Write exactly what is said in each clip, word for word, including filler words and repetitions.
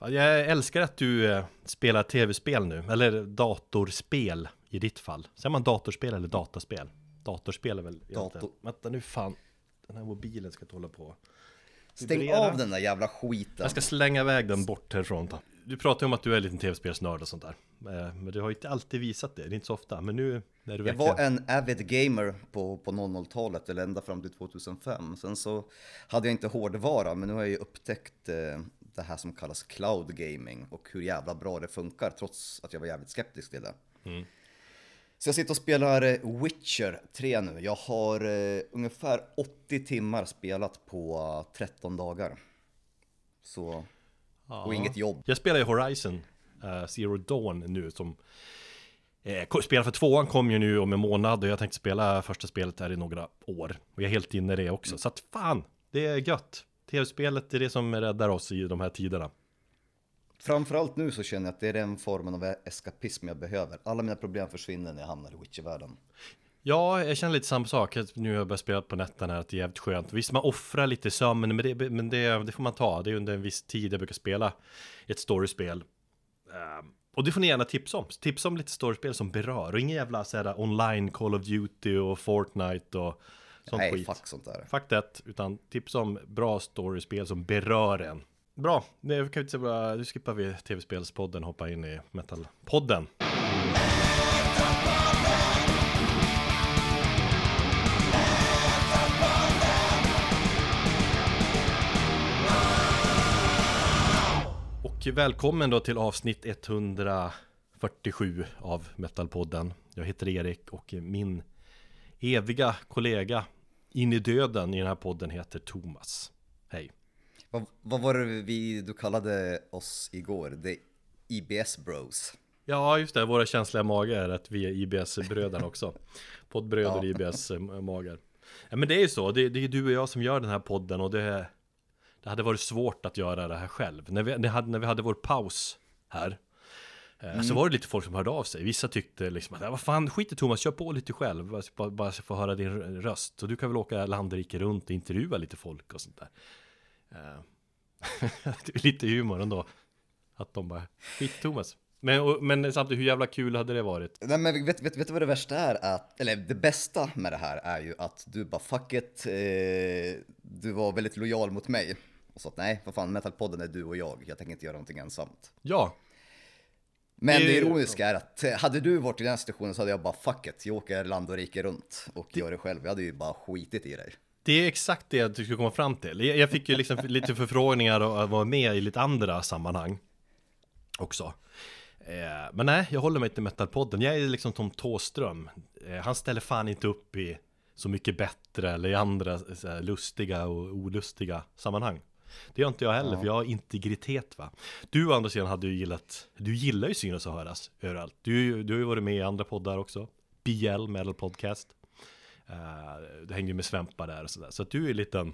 Jag älskar att du eh, spelar tv-spel nu. Eller datorspel i ditt fall. Säger man datorspel eller dataspel? Datorspel är väl Dator. Vänta nu fan. Den här mobilen ska inte hålla på. Stäng Vibrera. av den där jävla skiten. Jag ska slänga iväg den bort härifrån. Då. Du pratar ju om att du är en liten tv-spelsnörd och sånt där. Men du har ju inte alltid visat det. Det är inte så ofta. Men nu när du Jag verkligen... var en avid gamer på, på noll noll-talet eller ända fram till tjugohundrafem. Sen så hade jag inte hårdvara, men nu har jag ju upptäckt eh, det här som kallas cloud gaming och hur jävla bra det funkar trots att jag var jävligt skeptisk till det. Mm. Så jag sitter och spelar eh, Witcher tre nu. Jag har eh, ungefär åttio timmar spelat på uh, tretton dagar. Så... Ja. Och inget jobb. Jag spelar ju Horizon uh, Zero Dawn nu som eh, spelar för tvåan kom ju nu om en månad och jag tänkte spela första spelet här i några år. Och jag är helt inne i det också. Mm. Så att fan, det är gött. Tv-spelet är det som räddar oss i de här tiderna. Framförallt nu så känner jag att det är den formen av eskapism jag behöver. Alla mina problem försvinner när jag hamnar i Witcher-världen. Ja, jag känner lite samma sak. Nu har jag börjat spela på nätterna här, att det är jävligt skönt. Visst, man offrar lite sömn, men, det, men det, det får man ta. Det är under en viss tid jag brukar spela ett storyspel. Um, och det får ni gärna tipsa om. Tipsa om lite storyspel som berör. Och inga jävla såhär, online Call of Duty och Fortnite och sånt Nej, skit. fuck sånt där. Fuck det, utan tipsa om bra storyspel som berör en. Bra, nu kan vi inte bara, nu skippar vi tv-spelspodden och hoppar in i metalpodden. Och välkommen då till avsnitt etthundrafyrtiosju av Metalpodden. Jag heter Erik och min eviga kollega in i döden i den här podden heter Thomas. Hej. Vad, vad var det vi, du kallade oss igår? The I B S Bros. Ja, just det. Våra känsliga magar är att vi är I B S-bröderna också. Poddbröder ja. I B S-magar. Ja, men det är ju så. Det, det är du och jag som gör den här podden och det, det hade varit svårt att göra det här själv. När vi, när hade, när vi hade vår paus här mm. så var det lite folk som hörde av sig. Vissa tyckte liksom att vad fan, skit i Thomas, kör på lite själv. Bara, bara få höra din röst. Så du kan väl åka landrike runt och intervjua lite folk och sånt där. Uh, det är lite humor ändå. Att de bara, skit i Thomas. Men, men samtidigt, hur jävla kul hade det varit? Nej, men vet, vet, vet du vad det värsta är? Att, eller det bästa med det här är ju att du bara, fuck it, eh, du var väldigt lojal mot mig. Och så att nej, vad fan, Metalpodden är du och jag. Jag tänker inte göra någonting ensamt. Ja. Men det, det ironiska är att hade du varit i den situationen så hade jag bara, fuck it, jag åker land och rike runt och det... gör det själv. Jag hade ju bara skitit i dig. Det är exakt det jag skulle komma fram till. Jag fick ju liksom lite förfrågningar och vara med i lite andra sammanhang också. Men nej, jag håller mig till Metalpodden. Jag är liksom Tom Thåström. Han ställer fan inte upp i så mycket bättre eller i andra så här, lustiga och olustiga sammanhang. Det gör inte jag heller, ja. För jag har integritet, va. Du å andra sidan hade ju gillat, du gillar ju synas och höras överallt. Du, du har ju varit med i andra poddar också. B L, Metal Podcast. Uh, du hängde ju med Svämpa där och sådär. Så att du är en liten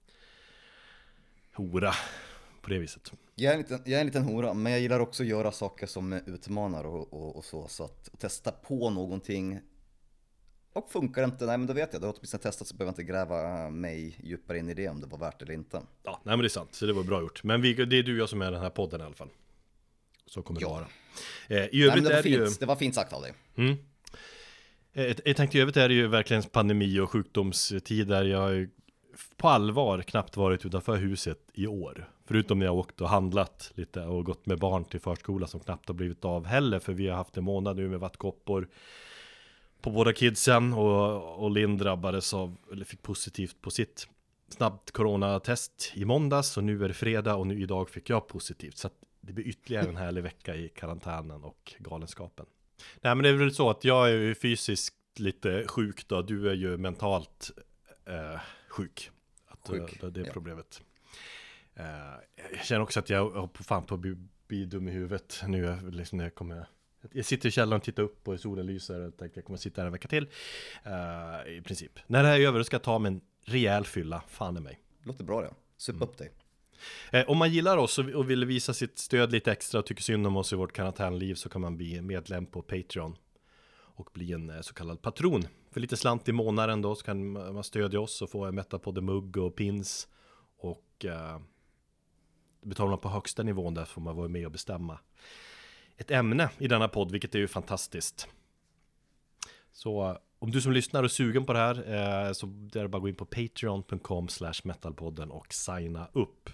hora på det viset. Jag är en liten, jag är en liten hora, men jag gillar också att göra saker som utmanar och, och, och så. Så att testa på någonting. Och funkar inte, nej men då vet jag. Då har jag åtminstone testat så behöver jag inte gräva mig djupare in i det om det var värt eller inte. Ja, nej men det är sant. Så det var bra gjort. Men vi, det är du och jag som är den här podden i alla fall. Så kommer ja. det vara. Eh, I övrigt nej, det, var är det, fint, ju... det var fint sagt av dig. Mm. Jag tänkte i övrigt är det ju verkligen pandemi och sjukdomstider. Jag har ju på allvar knappt varit utanför huset i år. Förutom när jag åkt och handlat lite och gått med barn till förskola som knappt har blivit av heller. För vi har haft en månad nu med vattkoppor på båda kidsen. Och, och Linn drabbades av, eller fick positivt på sitt snabbt coronatest i måndags. Och nu är det fredag och nu idag fick jag positivt. Så att det blir ytterligare en härlig vecka i karantänen och galenskapen. Nej, men det är väl så att jag är ju fysiskt lite sjuk då. Du är ju mentalt eh, sjuk. Att, sjuk. Det, det är ja. problemet. Eh, jag känner också att jag har på fan på att bli, bli dum i huvudet nu. Liksom när jag, kommer, jag sitter i källaren och tittar upp och solen lyser. Och tänkte att jag kommer sitta här en vecka till. Eh, I princip. När det här är över ska jag ta mig en rejäl fylla. Fan i mig. Låter bra det. Sup mm. upp dig. Eh, om man gillar oss och vill visa sitt stöd lite extra och tycker synd om oss i vårt karantänliv så kan man bli medlem på Patreon och bli en eh, så kallad patron. För lite slant i månaden då så kan man stödja oss och få en Metalpodden mugg och pins och eh, betalar man på högsta nivån, där får man vara med och bestämma ett ämne i denna podd, vilket är ju fantastiskt. Så om du som lyssnar är sugen på det här, eh, så är det bara att gå in på patreon dot com slash metalpodden och signa upp.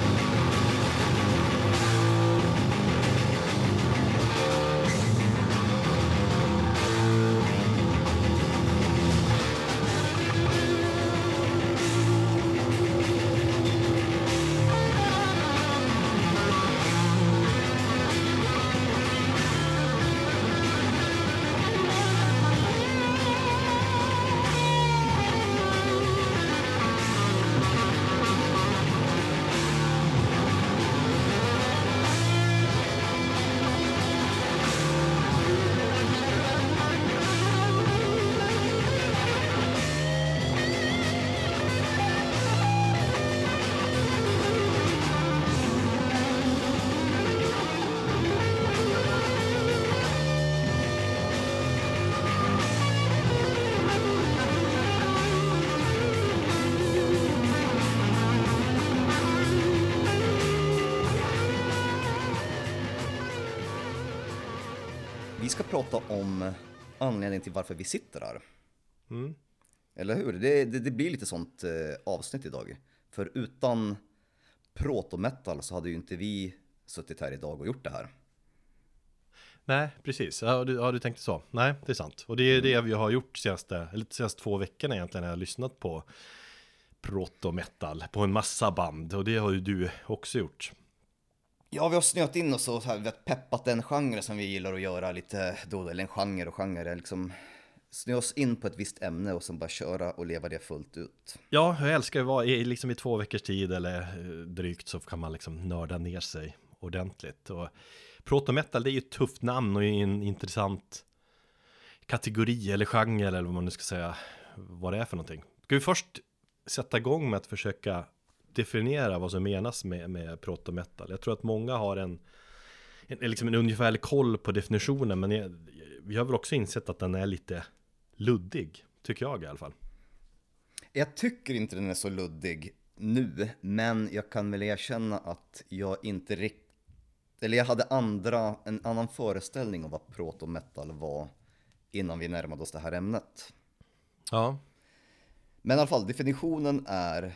Vi ska prata om anledningen till varför vi sitter här. Mm. Eller hur? Det, det, det blir lite sånt eh, avsnitt idag. För utan proto-metal så hade ju inte vi suttit här idag och gjort det här. Nej, precis. Ja, du, ja, du tänkte så. Nej, det är sant. Och det är det vi har gjort senaste, eller senaste två veckorna egentligen, när jag har lyssnat på proto-metal på en massa band. Och det har ju du också gjort. Ja, vi har snöat in oss och så här, vet, peppat den genre som vi gillar att göra lite då, eller en genre och genre, liksom snö oss in på ett visst ämne och sen bara köra och leva det fullt ut. Ja, jag älskar att vara i, liksom i två veckors tid eller drygt, så kan man liksom nörda ner sig ordentligt. Och proto-metal, det är ju ett tufft namn och en intressant kategori eller genre, eller vad man nu ska säga vad det är för någonting. Ska vi först sätta igång med att försöka definiera vad som menas med, med proto-metal? Jag tror att många har en, en, liksom en ungefärlig koll på definitionen, men jag, vi har väl också insett att den är lite luddig, tycker jag i alla fall. Jag tycker inte den är så luddig nu, men jag kan väl erkänna att jag inte riktigt, eller jag hade andra, en annan föreställning om vad proto-metal var innan vi närmade oss det här ämnet. Ja. Men i alla fall, definitionen är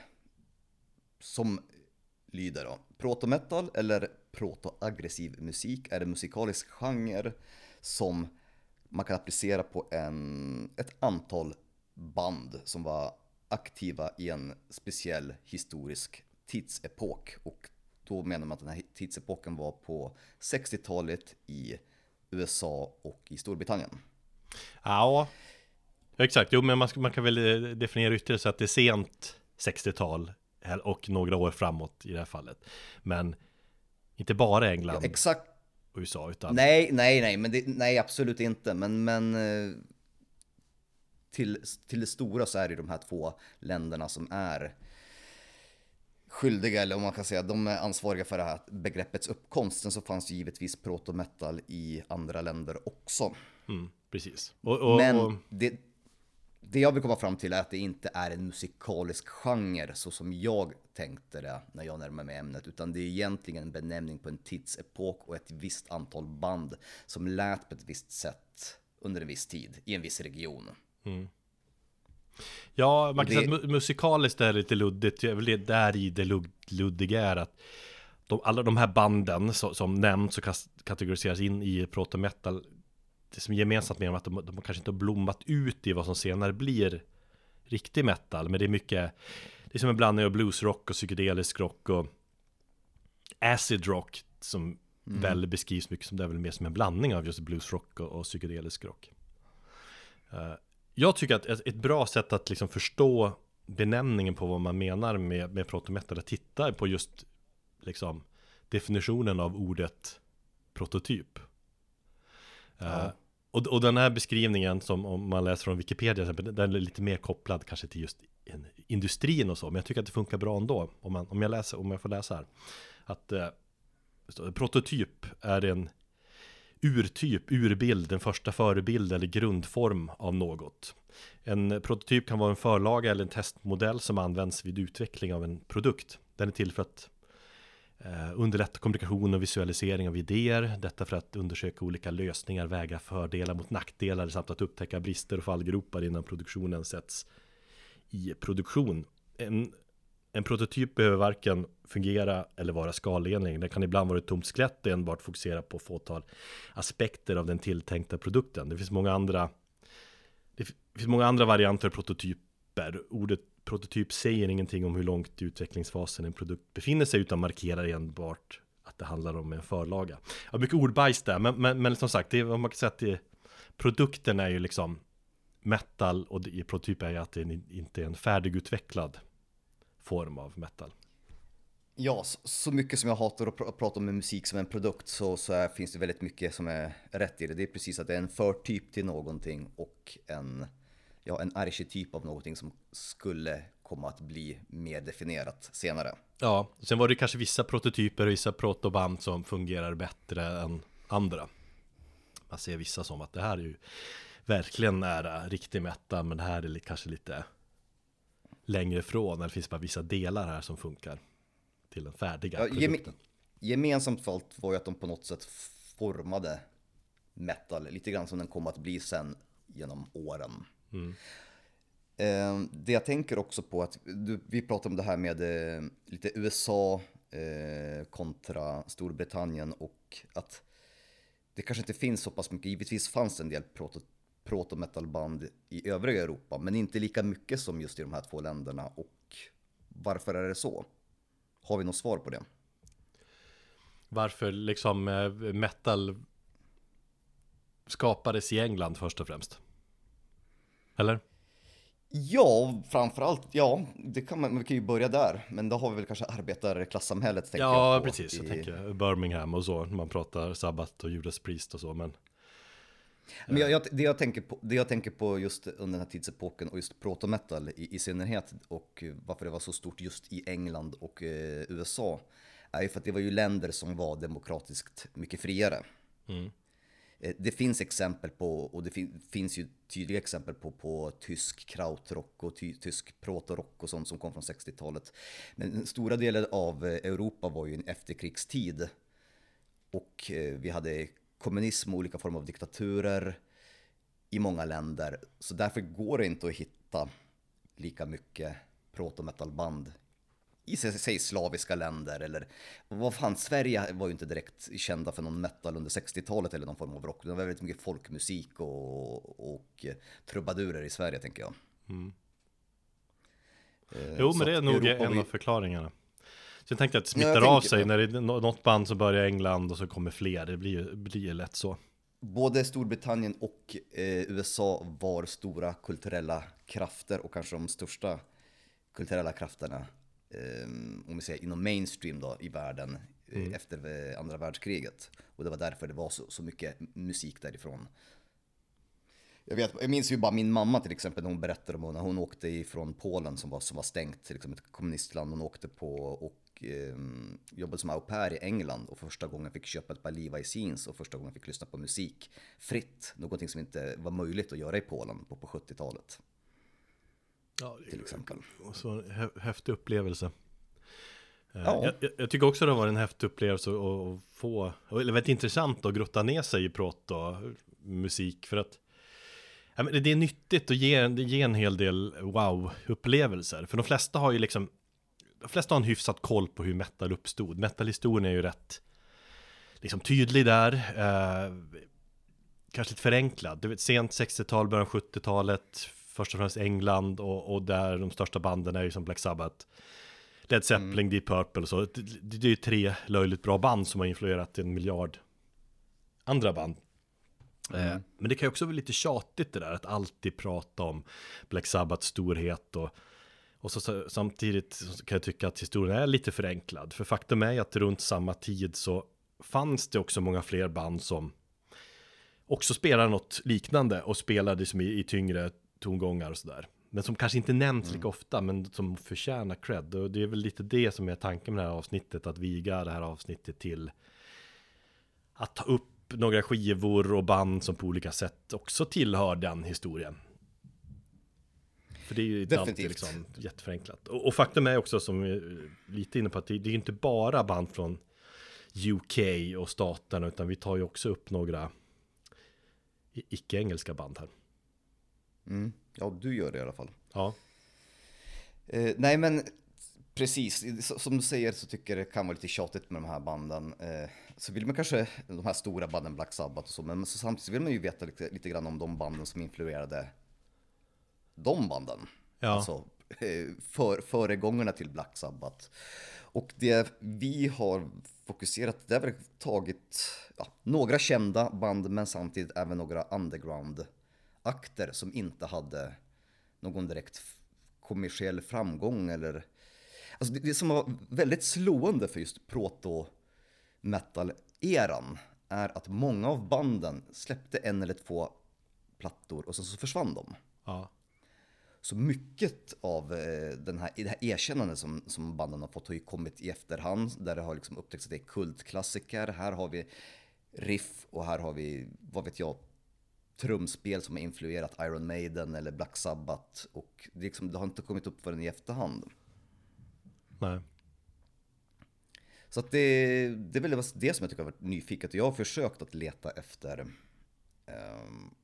som lyder då: proto-metal eller proto-aggressiv musik är en musikalisk genre som man kan applicera på en, ett antal band som var aktiva i en speciell historisk tidsepok. Och då menar man att den här tidsepoken var på sextiotalet i U S A och i Storbritannien. Ja, exakt. Jo, men man, man kan väl definiera ytterligare så att det är sent sextiotal och några år framåt i det här fallet. Men inte bara England ja, exakt. Och U S A utan... Nej, nej, nej, men det, nej, absolut inte. Men, men till, till det stora så är det de här två länderna som är skyldiga, eller om man kan säga, de är ansvariga för det här begreppets uppkomst. Sen så fanns givetvis proto-metal i andra länder också. Mm, precis. Och, och, men och... det, det jag vill komma fram till är att det inte är en musikalisk genre så som jag tänkte det när jag närmade mig ämnet, utan det är egentligen en benämning på en tidsepok och ett visst antal band som lät på ett visst sätt under en viss tid i en viss region. Mm. Ja, man kan det... säga att musikaliskt är det lite luddigt. Det är väl det där i det luddiga är att de, alla de här banden som, som nämns och kategoriseras in i proto-metal, det som är gemensamt med dem är att de, de kanske inte har blommat ut i vad som senare blir riktig metal, men det är mycket, det är som en blandning av bluesrock och psykedelisk rock och acid rock som mm. väl beskrivs mycket som det är väl mer som en blandning av just bluesrock och, och psykedelisk rock. Uh, jag tycker att ett, ett bra sätt att liksom förstå benämningen på vad man menar med, med proto-metal är att titta på just liksom definitionen av ordet prototyp. Ja. Uh, och, och den här beskrivningen som om man läser från Wikipedia, den är lite mer kopplad kanske till just en, industrin och så, men jag tycker att det funkar bra ändå om, man, om, jag, läser, om jag får läsa här. Att uh, prototyp är en urtyp, urbild, den första förebild eller grundform av något. En prototyp kan vara en förlaga eller en testmodell som används vid utveckling av en produkt. Den är till för att Eh, underlätta kommunikation och visualisering av idéer. Detta för att undersöka olika lösningar, väga fördelar mot nackdelar samt att upptäcka brister och fallgropar innan produktionen sätts i produktion. En, en prototyp behöver varken fungera eller vara skalenlig. Den kan ibland vara ett tomt skelett och enbart fokusera på fåtal aspekter av den tilltänkta produkten. Det finns många andra det finns många andra varianter av prototyper. Ordet prototyp säger ingenting om hur långt i utvecklingsfasen en produkt befinner sig utan markerar enbart att det handlar om en förlaga. Ja, mycket ordbajs där, men, men, men som sagt, det är, man kan säga att det, produkten är ju liksom metal och det, i prototyp är ju att det inte är en färdigutvecklad form av metal. Ja, så, så mycket som jag hatar att pr- prata om musik som en produkt så, så är, finns det väldigt mycket som är rätt i det. Det är precis att det är en förtyp till någonting och en, ja, en arketyp av någonting som skulle komma att bli mer definierat senare. Ja, sen var det kanske vissa prototyper och vissa protoband som fungerar bättre än andra. Man ser vissa som att det här är ju verkligen nära riktig metal, men det här är kanske lite längre ifrån. Det finns bara vissa delar här som funkar till den färdiga Ja, produkten. Gem- gemensamt för allt var ju att de på något sätt formade metal lite grann som den kom att bli sen genom åren. Mm. Eh, det jag tänker också på att du, vi pratar om det här med eh, lite U S A eh, kontra Storbritannien och att det kanske inte finns så pass mycket. Givetvis fanns det en del proto, proto-metalband i övriga Europa, men inte lika mycket som just i de här två länderna. Och varför är det så? Har vi något svar på det? Varför liksom eh, metal skapades i England först och främst? Eller? Ja, framförallt, ja, det kan man, vi kan ju börja där. Men då har vi väl kanske arbetarklassamhället, tänker Ja, jag på. precis. Jag tänker Birmingham och så. Man pratar Sabbath och Judas Priest och så, men... Men jag, jag, det, jag tänker på, det jag tänker på just under den här tidsepoken och just proto-metal i, i synnerhet och varför det var så stort just i England och eh, U S A är ju för att det var ju länder som var demokratiskt mycket friare. Mm. Eh, det finns exempel på, och det fin, finns ju tydliga exempel på, på tysk krautrock och ty, tysk protorock och sånt som kom från sextiotalet. Men stora delar av Europa var ju en efterkrigstid och eh, vi hade kommunism och olika former av diktaturer i många länder. Så därför går det inte att hitta lika mycket proto-metalband i sig slaviska länder. Eller vad fan, Sverige var ju inte direkt kända för någon metal under sextiotalet eller någon form av rock. Det var väldigt mycket folkmusik och, och trubadurer i Sverige, tänker jag. Mm. Eh, Jo, men det är nog Europa en var... av förklaringarna. Så jag tänkte att det smittar Ja, jag av tänker, sig ja. när det är något band som börjar i England och så kommer fler. Det blir, blir lätt så. Både Storbritannien och eh, U S A var stora kulturella krafter och kanske de största kulturella krafterna eh, om vi säger inom mainstream då, i världen eh, Mm. efter eh, andra världskriget. Och det var därför det var så, så mycket musik därifrån. Jag, vet, jag minns ju bara min mamma till exempel när hon berättade om när hon åkte ifrån Polen som var, som var stängt, liksom ett kommunistland. Hon åkte på och eh, jobbade som au pair i England och första gången fick köpa ett par Levi's jeans och första gången fick lyssna på musik fritt. Någonting som inte var möjligt att göra i Polen på, på sjuttiotalet. Ja, till exempel. Och så hä- häftig upplevelse. Eh, Ja. Jag, jag, jag tycker också det var en häftig upplevelse att, att få, eller väldigt intressant att grotta ner sig i proto-musik för att ja, men det är nyttigt att ge, det ger en hel del wow-upplevelser. För de flesta har ju liksom, de flesta har en hyfsat koll på hur metal uppstod. Metal-historien är ju rätt liksom tydlig där. Eh, kanske lite förenklad. Du vet, sent sextiotal, början sjuttiotalet, först och främst England och, och där de största banden är ju som Black Sabbath, Led Zeppelin, mm. Deep Purple och så. Det, det är ju tre löjligt bra band som har influerat en miljard andra band. Mm. Men det kan ju också vara lite tjatigt det där att alltid prata om Black Sabbaths storhet och, och så, samtidigt så kan jag tycka att historien är lite förenklad. För faktum är att runt samma tid så fanns det också många fler band som också spelade något liknande och spelade som i, i tyngre tongångar och sådär. Men som kanske inte nämns mm. lika ofta men som förtjänar cred. Och det är väl lite det som är tanken med det här avsnittet, att viga det här avsnittet till att ta upp några skivor och band som på olika sätt också tillhör den historien. För det är ju inte alltid liksom jätteförenklat. Och, och faktum är också, som vi är lite inne på, att det, det är inte bara band från U K och staterna, utan vi tar ju också upp några icke-engelska band här. Mm. Ja, du gör det i alla fall. Ja. Eh, nej, men precis. Som du säger så tycker jag det kan vara lite tjatigt med de här banden. Eh, så vill man kanske, de här stora banden, Black Sabbath och så, men så samtidigt vill man ju veta lite, lite grann om de banden som influerade de banden. Ja. Alltså för, föregångarna till Black Sabbath. Och det vi har fokuserat, det har väl tagit ja, några kända band, men samtidigt även några underground-akter som inte hade någon direkt kommersiell framgång. Eller... Alltså det, det som var väldigt slående för just proto-metal-eran är att många av banden släppte en eller två plattor och sen så försvann de. Ja. Så mycket av den här, det här erkännandet som, som banden har fått har ju kommit i efterhand, där det har liksom upptäckts att det är kultklassiker. Här har vi riff och här har vi, vad vet jag, trumspel som har influerat Iron Maiden eller Black Sabbath. Och det, liksom, det har inte kommit upp förrän i efterhand. Nej. Så att det, det är väl det som jag tycker har varit nyfiket. Jag har försökt att leta efter um,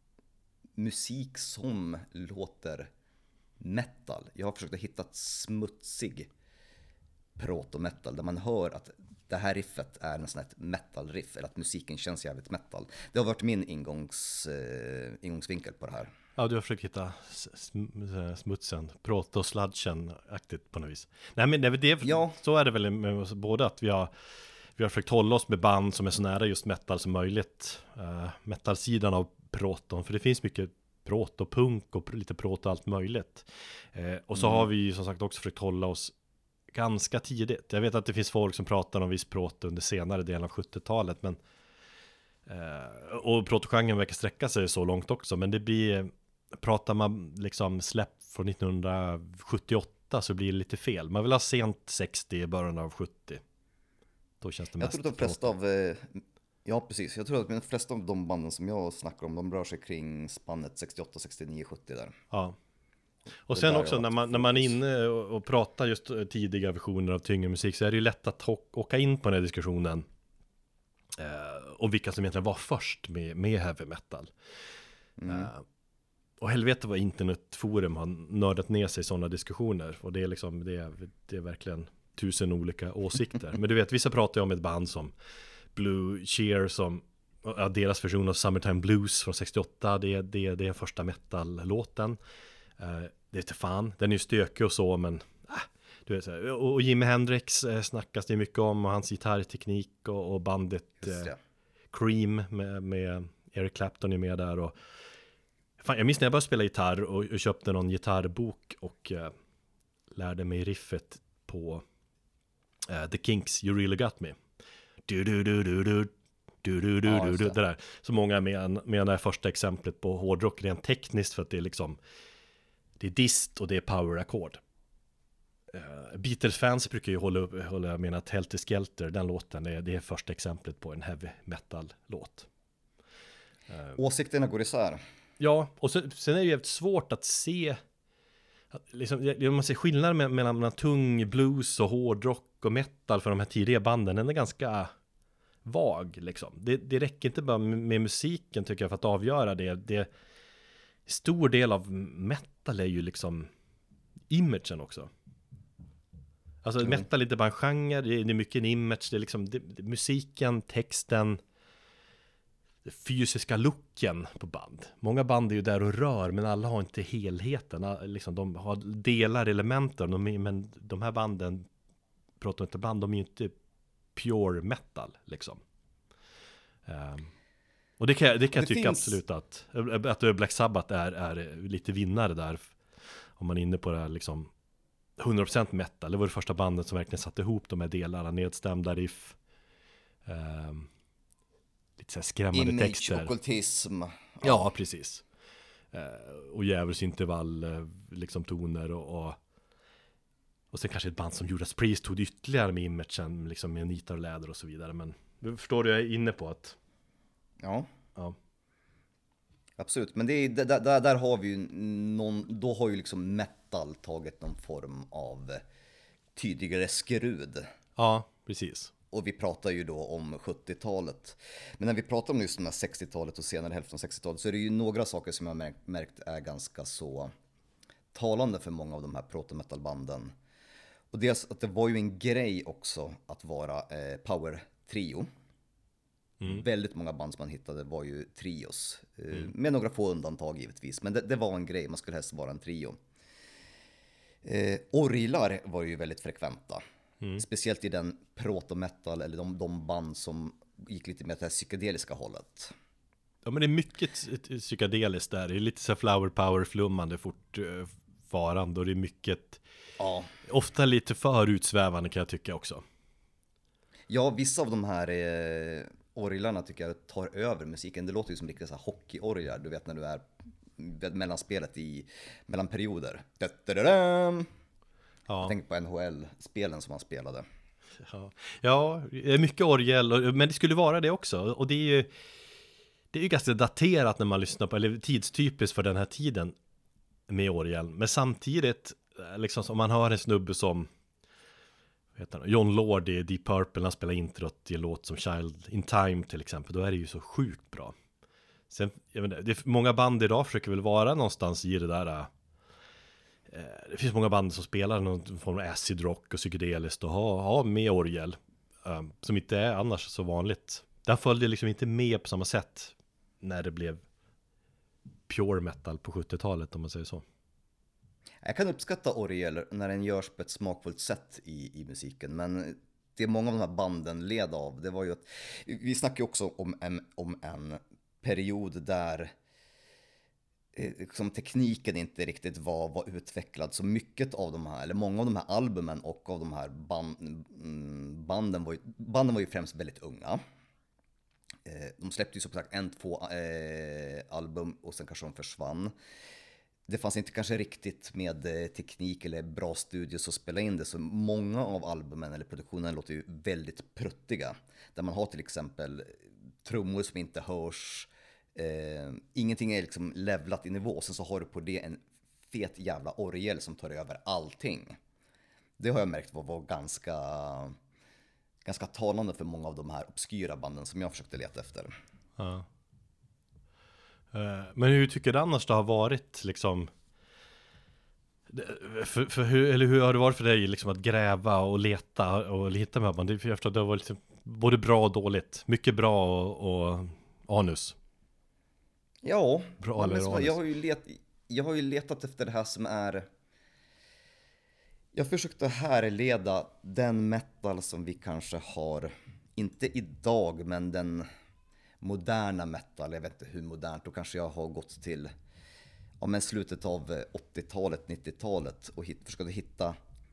musik som låter metal. Jag har försökt att hitta ett smutsig proto-metal där man hör att det här riffet är nästan ett metal-riff, eller att musiken känns jävligt metal. Det har varit min ingångs, eh, ingångsvinkel på det här. Ja, du har försökt hitta sm- smutsen, proto-sludgen-aktigt på något vis. Nej, men det, det, ja. Så är det väl med oss båda, att vi har, vi har försökt hålla oss med band som är så nära just metal som möjligt. Uh, metal-sidan av proton, för det finns mycket proto-punk och lite proto allt möjligt. Uh, och så mm. har vi som sagt också försökt hålla oss ganska tidigt. Jag vet att det finns folk som pratar om viss proto under senare delen av sjuttiotalet, men uh, och protogenren verkar sträcka sig så långt också, men det blir, pratar man liksom släpp från nittonhundrasjuttioåtta så blir det lite fel. Man vill ha sent sextio i början av sjuttio. Då känns det jag mest tror att de flesta av eh, ja precis, jag tror att de flesta av de banden som jag snackar om, de rör sig kring spannet sextioåtta, sextionio, sjuttio där. Ja. Och sen också när man, när man är inne och, och pratar just tidiga versioner av tyngre musik, så är det ju lätt att ho- åka in på den här diskussionen eh, om vilka som egentligen var först med, med heavy metal. Mm. Eh, och helvete vad internetforum har nördat ner sig i sådana diskussioner. Och det är liksom, det är, det är verkligen tusen olika åsikter. Men du vet, vissa pratar ju om ett band som Blue Cheer, som ja, deras version av Summertime Blues från sextioåtta, det, det, det är första metal-låten. Uh, det är inte fan, den är ju stökig och så, men äh, du vet så här. Och, och Jimi Hendrix eh, snackas det mycket om, och hans gitarrteknik och, och bandet eh, Cream med, med Eric Clapton är med där. Och fan, jag minns när jag började spela gitarr och, och köpte någon gitarrbok och eh, lärde mig riffet på eh, The Kinks You Really Got Me. Du du du du du du du du du det där. Så många med med det första exemplet på hårdrock rent tekniskt, för att det är liksom, det är dist och det är power-ackord. Uh, Beatles-fans brukar ju hålla upp, hålla med att Helter Skelter, den låten, det är, det är första exemplet på en heavy metal-låt. Uh, Åsikterna går isär. Ja, och så, sen är det ju svårt att se, att liksom, om man ser skillnaden mellan, mellan tung blues och hårdrock och metal för de här tidiga banden, den är ganska vag liksom. Det, det räcker inte bara med, med musiken tycker jag för att avgöra det. Det stor del av metal är ju liksom imagen också. Alltså mm. metal är inte bara en genre, det är, det är mycket en image, det är liksom det, det, musiken, texten, det fysiska looken på band. Många band är ju där och rör, men alla har inte helheten. Liksom, de har delar, elementen, de är, men de här banden, pratar inte band, de är ju inte pure metal liksom. Um, och det kan jag, det kan jag tycka finns... absolut att, att Black Sabbath är, är lite vinnare där. Om man är inne på det här liksom hundra procent metal. Det var det första bandet som verkligen satte ihop de här delarna, nedstämda riff, um, lite så här skrämmande image, texter. Ockultism. Ja, ja precis. Uh, och djävulsintervall, uh, liksom toner och, och och sen kanske ett band som Judas Priest tog ytterligare med imagen, liksom med nitar och läder och så vidare. Men förstår du, jag är inne på att ja. Ja. Absolut, men det är, där, där, där har vi ju någon, då har ju liksom metal tagit någon form av tydligare skrud. Ja, precis. Och vi pratar ju då om sjuttiotalet. Men när vi pratar om just de här sextiotalet och senare hälften av sextiotalet så är det ju några saker som jag har märkt är ganska så talande för många av de här proto-metal-banden. Och dels att det var ju en grej också att vara eh, power-trio. Mm. Väldigt många band som man hittade var ju trios. Eh, mm. Med några få undantag givetvis. Men det, det var en grej, man skulle helst vara en trio. Eh, orglar var ju väldigt frekventa. Mm. Speciellt i den proto-metal eller de, de band som gick lite mer till det psykedeliska hållet. Ja, men det är mycket psykedeliskt där. Det är lite så flower power flummande fortfarande och det är mycket, ja. Ofta lite för utsvävande kan jag tycka också. Ja, vissa av de här eh, orglarna tycker jag tar över musiken. Det låter ju som riktigt så här hockeyorglar, du vet när du är mellan spelet i mellan perioder. Da-da-da-da! Ja. Jag tänker på N H L-spelen som han spelade. Ja, ja, mycket orgel, men det skulle vara det också. Och det är ju, det är ju ganska daterat när man lyssnar på, eller tidstypiskt för den här tiden med orgel. Men samtidigt, liksom om man hör en snubbe som vad heter han, John Lord i Deep Purple, han spelar introt i en låt som Child in Time till exempel, då är det ju så sjukt bra. Sen, jag vet inte, det är många band idag försöker väl vara någonstans i det där. Det finns många band som spelar någon form av acid rock och psykedeliskt och har, har med orgel um, som inte är annars så vanligt. Den följde liksom inte med på samma sätt när det blev pure metal på sjuttiotalet om man säger så. Jag kan uppskatta orgel när den görs på ett smakfullt sätt i, i musiken, men det många av de här banden led av, det var ju att vi snackar ju också om en, om en period där liksom tekniken inte riktigt var, var utvecklad, så mycket av de här, eller många av de här albumen och av de här band, banden, var ju, banden var ju främst väldigt unga. De släppte ju som sagt en, två eh, album och sen kanske de försvann. Det fanns inte kanske riktigt med teknik eller bra studios att spela in det, så många av albumen eller produktionen låter ju väldigt pruttiga. Där man har till exempel trummor som inte hörs, Uh, ingenting är liksom levlat i nivå. Sen så har du på det en fet jävla orgel som tar över allting. Det har jag märkt var, var ganska ganska talande för många av de här obskyra banden som jag försökte leta efter. Ja. Uh, men hur tycker du annars det har varit liksom för, för hur, eller hur har det varit för dig liksom att gräva och leta och hitta med band? Jag förstår att det har varit liksom både bra och dåligt. Mycket bra och, och anus. Ja, bra, men så, jag, har ju let, jag har ju letat efter det här som är... Jag försökte härleda den metal som vi kanske har, inte idag, men den moderna metal. Jag vet inte hur modernt, då kanske jag har gått till ja, men slutet av åttiotalet, nittiotalet och hit, försökte hitta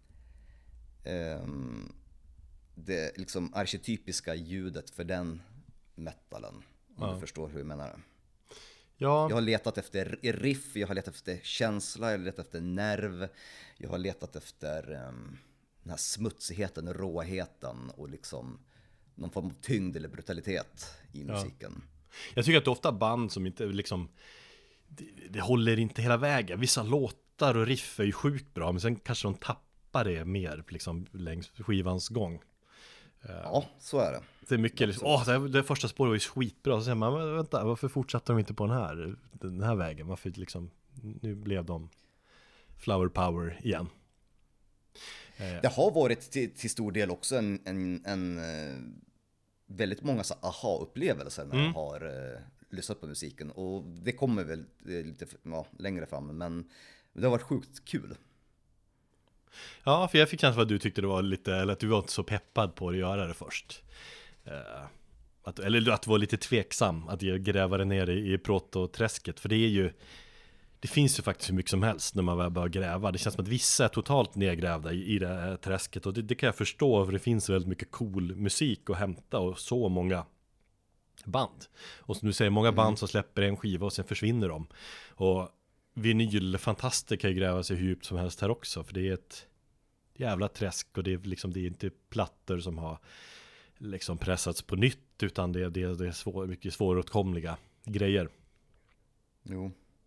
um, det liksom arketypiska ljudet för den metalen. Om ja. Du förstår hur jag menar. Ja. Jag har letat efter riff, jag har letat efter känsla, jag har letat efter nerv, jag har letat efter um, den här smutsigheten, råheten och liksom någon form av tyngd eller brutalitet i musiken. Ja. Jag tycker att det är ofta band som inte liksom, det, det håller inte hela vägen. Vissa låtar och riff är ju sjukt bra, men sen kanske de tappar det mer liksom, längs skivans gång. Ja, så är det. Det är mycket liksom, åh, det, det första spåret var ju skitbra. Så säger man, men vänta, varför fortsatte de inte på den här, den här vägen? Varför liksom, nu blev de flower power igen. Det har varit till, till stor del också en, en, en väldigt många så aha-upplevelser när mm. jag har uh, lyssnat på musiken. Och det kommer väl lite ja, längre fram, men det har varit sjukt kul. Ja, för jag fick känslan att du tyckte det var lite, eller att du var inte så peppad på att göra det först. Uh, att, eller att du var lite tveksam att gräva det ner i, i prototräsket. För det är ju, det finns ju faktiskt hur mycket som helst när man väl börjar gräva. Det känns som att vissa är totalt nedgrävda i, i det här träsket. Och det, det kan jag förstå, för det finns väldigt mycket cool musik att hämta och så många band. Och som du säger, många band som släpper en skiva och sen försvinner de. Och vinylfantaster kan ju gräva sig hur djupt som helst här också, för det är ett jävla träsk och det är liksom, det är inte plattor som har liksom pressats på nytt, utan det, det, det är svår, mycket svåråtkomliga grejer. Jo.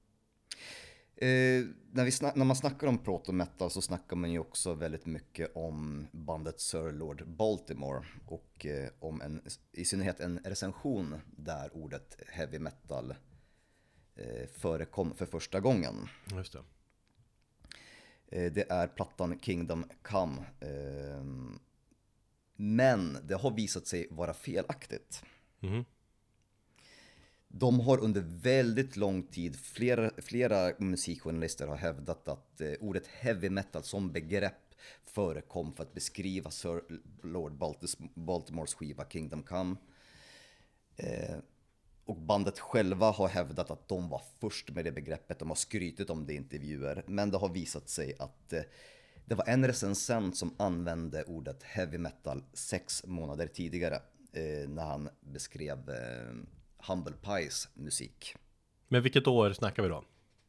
Eh, när, vi snack, när man snackar om proto-metal så snackar man ju också väldigt mycket om bandet Sir Lord Baltimore och eh, om en, i synnerhet en recension där ordet heavy metal eh, förekom för första gången. Just det. Eh, det är plattan Kingdom Come. Eh, men det har visat sig vara felaktigt. Mm. De har under väldigt lång tid, flera, flera musikjournalister har hävdat att eh, ordet heavy metal som begrepp förekom för att beskriva Sir Lord Baltimores skiva Kingdom Come. Eh, och bandet själva har hävdat att de var först med det begreppet, de har skrytit om det i intervjuer. Men det har visat sig att eh, det var en recensent som använde ordet heavy metal sex månader tidigare eh, när han beskrev eh, Humble Pies musik. Men vilket år snackar vi då?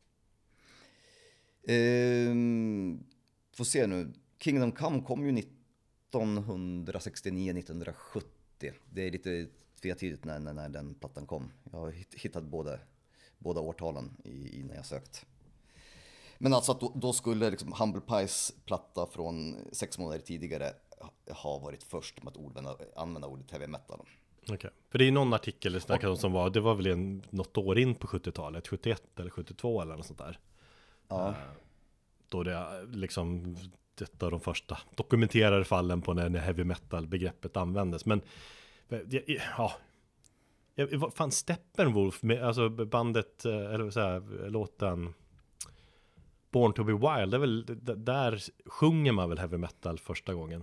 Ehm, får se nu. Kingdom Come kom ju nittonhundrasextionio nittonhundrasjuttio. Det är lite tvetydigt när, när, när den plattan kom. Jag har hittat båda, båda årtalen i, i när jag sökt. Men alltså att då, då skulle liksom Humble Pies platta från sex månader tidigare ha varit först med att ordvända, använda ordet heavy metal. Okej, okay. För det är någon artikel det snackade om som var, det var väl en, något år in på sjuttiotalet, sjuttioett eller sjuttiotvå eller något sånt där. Ja. Uh, då det liksom ett av de första dokumenterade fallen på när, när heavy metal begreppet användes. Men ja, vad fan, Steppenwolf med, alltså bandet, eller så här, låten Born to be Wild, det är väl, där sjunger man väl heavy metal första gången.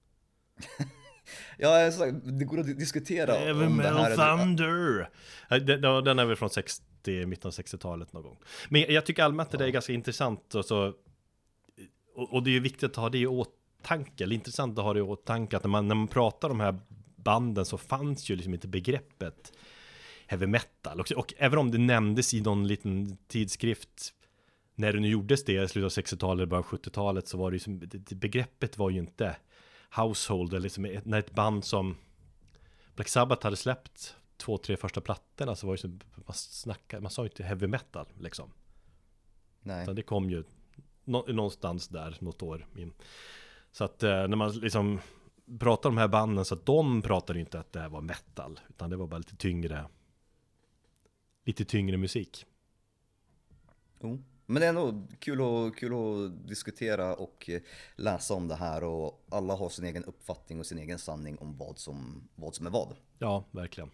Ja, det går att diskutera heavy om det här. Thunder. Den, den är väl från sextio, mitten av sextiotalet någon gång. Men jag tycker allmänt att det är ganska intressant och, så, och, och det är ju viktigt att ha det i åtanke, eller intressant att ha det i åtanke att när man, när man pratar om de här banden så fanns ju liksom inte begreppet heavy metal. Och, och även om det nämndes i någon liten tidskrift när det nu gjordes det i slutet av sextiotalet, början av sjuttiotalet, så var det ju som, det, begreppet var ju inte household, eller liksom när ett band som Black Sabbath hade släppt två, tre första plattorna, så var det som, man snackade, man sa ju inte heavy metal liksom. Nej. Utan det kom ju nå, någonstans där något år in. Så att eh, när man liksom pratar om de här banden, så att de pratade inte att det här var metal, utan det var bara lite tyngre lite tyngre musik. Oh. Men det är nog kul, och, kul att diskutera och läsa om det här, och alla har sin egen uppfattning och sin egen sanning om vad som, vad som är vad. Ja, verkligen.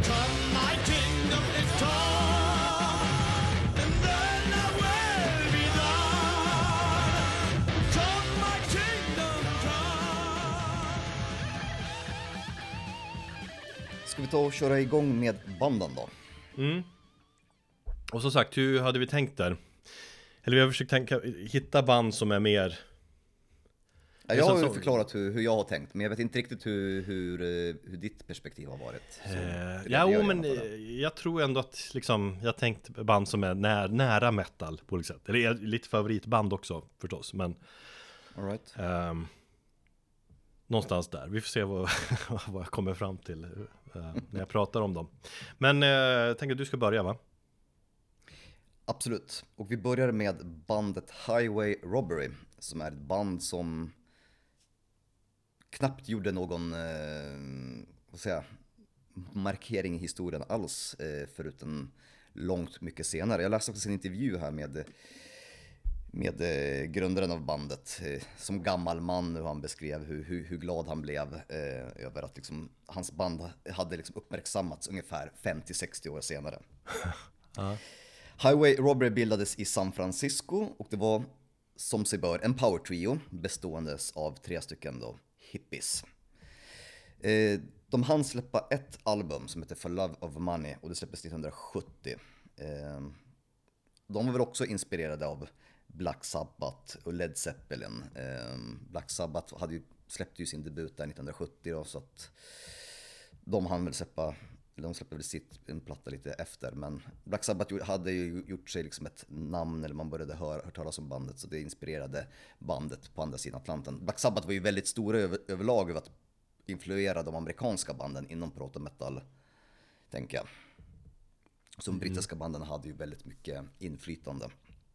My kingdom is torn, and then I will be vi ta och köra igång med banden då? Mm. Och som sagt, hur hade vi tänkt där? Eller vi har försökt tänka, hitta band som är mer... Ja, jag har ju förklarat hur, hur jag har tänkt, men jag vet inte riktigt hur, hur, hur ditt perspektiv har varit. Så, eh, ja, jo, men jag tror ändå att liksom, jag tänkt band som är när, nära metal på olika sätt. Eller är lite favoritband också förstås, men... All right. eh, någonstans där. Vi får se vad, vad jag kommer fram till eh, när jag pratar om dem. Men eh, jag tänker att du ska börja, va? Absolut. Och vi börjar med bandet Highway Robbery, som är ett band som knappt gjorde någon eh, vad säger jag, markering i historien alls, eh, förutom långt mycket senare. Jag läste också en intervju här med, med eh, grundaren av bandet, eh, som gammal man, hur han beskrev hur, hur, hur glad han blev eh, över att liksom, hans band hade liksom uppmärksammats ungefär femtio sextio år senare. Ja. Highway Robbery bildades i San Francisco och det var, som sig bör, en power trio beståendes av tre stycken då hippies. Eh, de hann släppa ett album som heter For Love of Money och det släpptes nittonhundrasjuttio. Eh, de var väl också inspirerade av Black Sabbath och Led Zeppelin. Eh, Black Sabbath hade ju, släppte ju sin debut där nittonhundrasjuttio då, så att de hann väl släppa, de släppte väl sitt en platta lite efter, men Black Sabbath hade ju gjort sig liksom ett namn, eller man började höra, höra talas om bandet, så det inspirerade bandet på andra sidan Atlanten. Black Sabbath var ju väldigt stora över, överlag över att influera de amerikanska banden inom proto-metal, tänker jag. Så de brittiska banden hade ju väldigt mycket inflytande.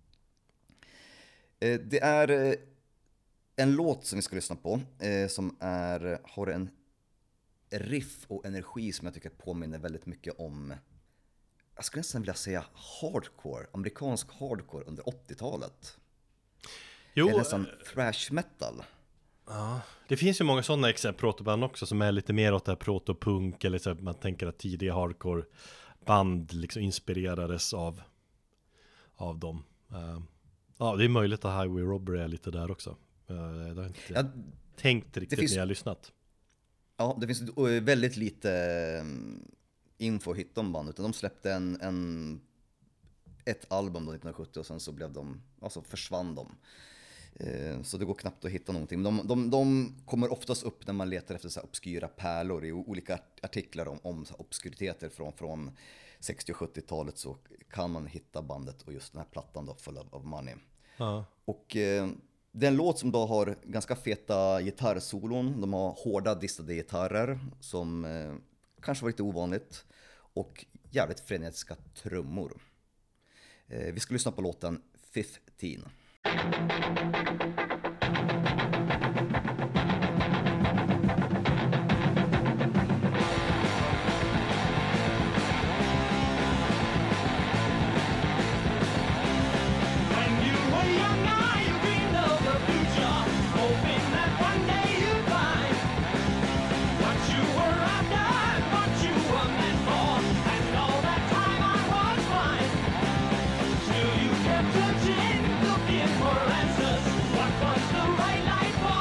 Det är en låt som vi ska lyssna på som är, har en riff och energi som jag tycker påminner väldigt mycket om, jag skulle nästan vilja säga hardcore, amerikansk hardcore under åttiotalet. Jo, eller nästan thrash metal. Ja, det finns ju många sådana exempel protoband också som är lite mer åt det här protopunk, eller så att man tänker att tidiga hardcore band liksom inspirerades av av dem. Uh, ja, det är möjligt att Highway Robbery är lite där också. Uh, jag har inte ja, tänkt riktigt finns... när jag har lyssnat. Ja, det finns väldigt lite info att hitta om band, utan de släppte en, en, ett album då nittonhundrasjuttio och sen så blev de, alltså försvann de. Så det går knappt att hitta någonting. De, de, de kommer oftast upp när man letar efter så här obskyra pärlor i olika artiklar om, om så här obskuriteter från, från sextio- och sjuttiotalet, så kan man hitta bandet och just den här plattan då, For Love of Money. Ja. Och eh, det är en låt som då har ganska feta gitarrsolon. De har hårda distade gitarrer som eh, kanske var lite ovanligt. Och jävligt frenetiska trummor. Eh, vi ska lyssna på låten femton. Touching, looking for answers. What was the right life for?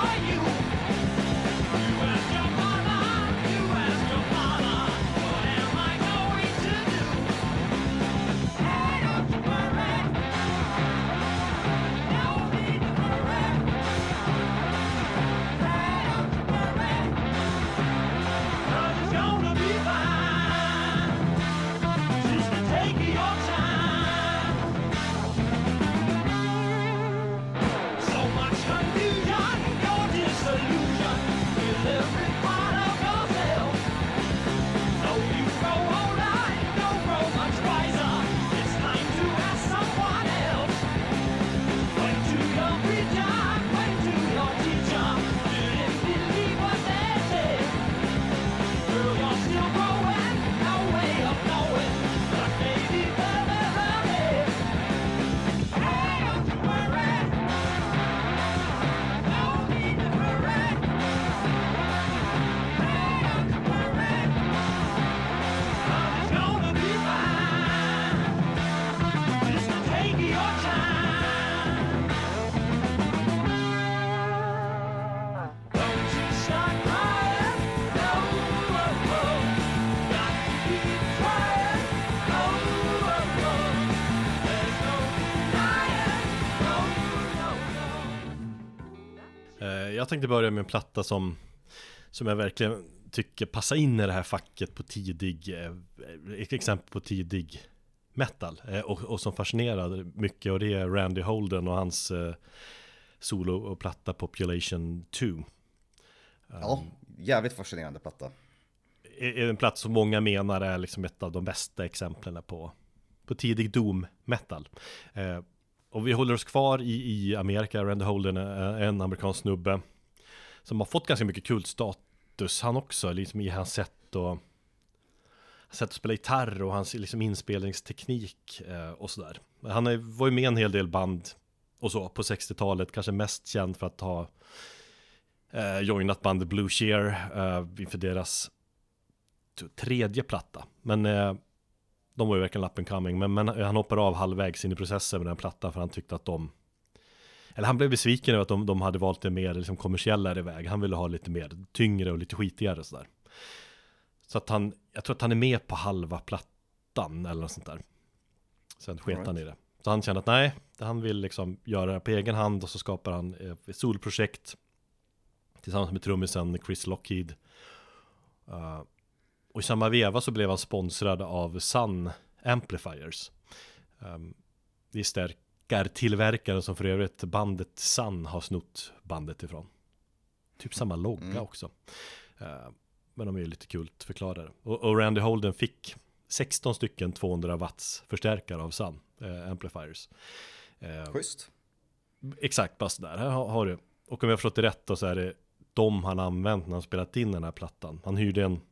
jag tänkte börja med en platta som, som jag verkligen tycker passar in i det här facket på tidig, ett exempel på tidig metal, och, och som fascinerade mycket, och det är Randy Holden och hans eh, solo och platta Population två. Ja, jävligt fascinerande platta. Är en platta som många menar är liksom ett av de bästa exemplen på, på tidig doom metal. Eh, och vi håller oss kvar i, i Amerika. Randy Holden är en amerikansk snubbe som har fått ganska mycket kultstatus han också, liksom i hans sätt och sätt att spela gitarr och hans liksom inspelningsteknik eh, och sådär. Han är, var ju med en hel del band och så på sextiotalet, kanske mest känd för att ha eh, joinat bandet Blue Cheer eh, inför deras tredje platta. Men eh, de var ju verkligen up and coming, men, men han hoppade av halvvägs in i processen med den plattan för han tyckte att de, eller han blev besviken över att de, de hade valt en mer liksom kommersiellare väg. Han ville ha lite mer tyngre och lite skitigare och sådär. Så att han, jag tror att han är med på halva plattan eller något sånt där. Sen sket right. han i det. Så han kände att nej, han vill liksom göra det på egen hand, och så skapar han ett solprojekt tillsammans med trummisen Chris Lockheed. Uh, och i samma veva så blev han sponsrad av Sun Amplifiers. Um, det är stärkartillverkare som för övrigt bandet Sun har snott bandet ifrån. Typ samma logga mm. också. Uh, Men de är ju lite kult förklarade. Och, och Randy Holden fick sexton stycken tvåhundra watts förstärkare av Sun eh, Amplifiers. Eh, Schysst. Exakt, bara sådär. Här har, har du. Och om jag har förstått det rätt då, så är det de han använt när han spelat in den här plattan. Han hyrde en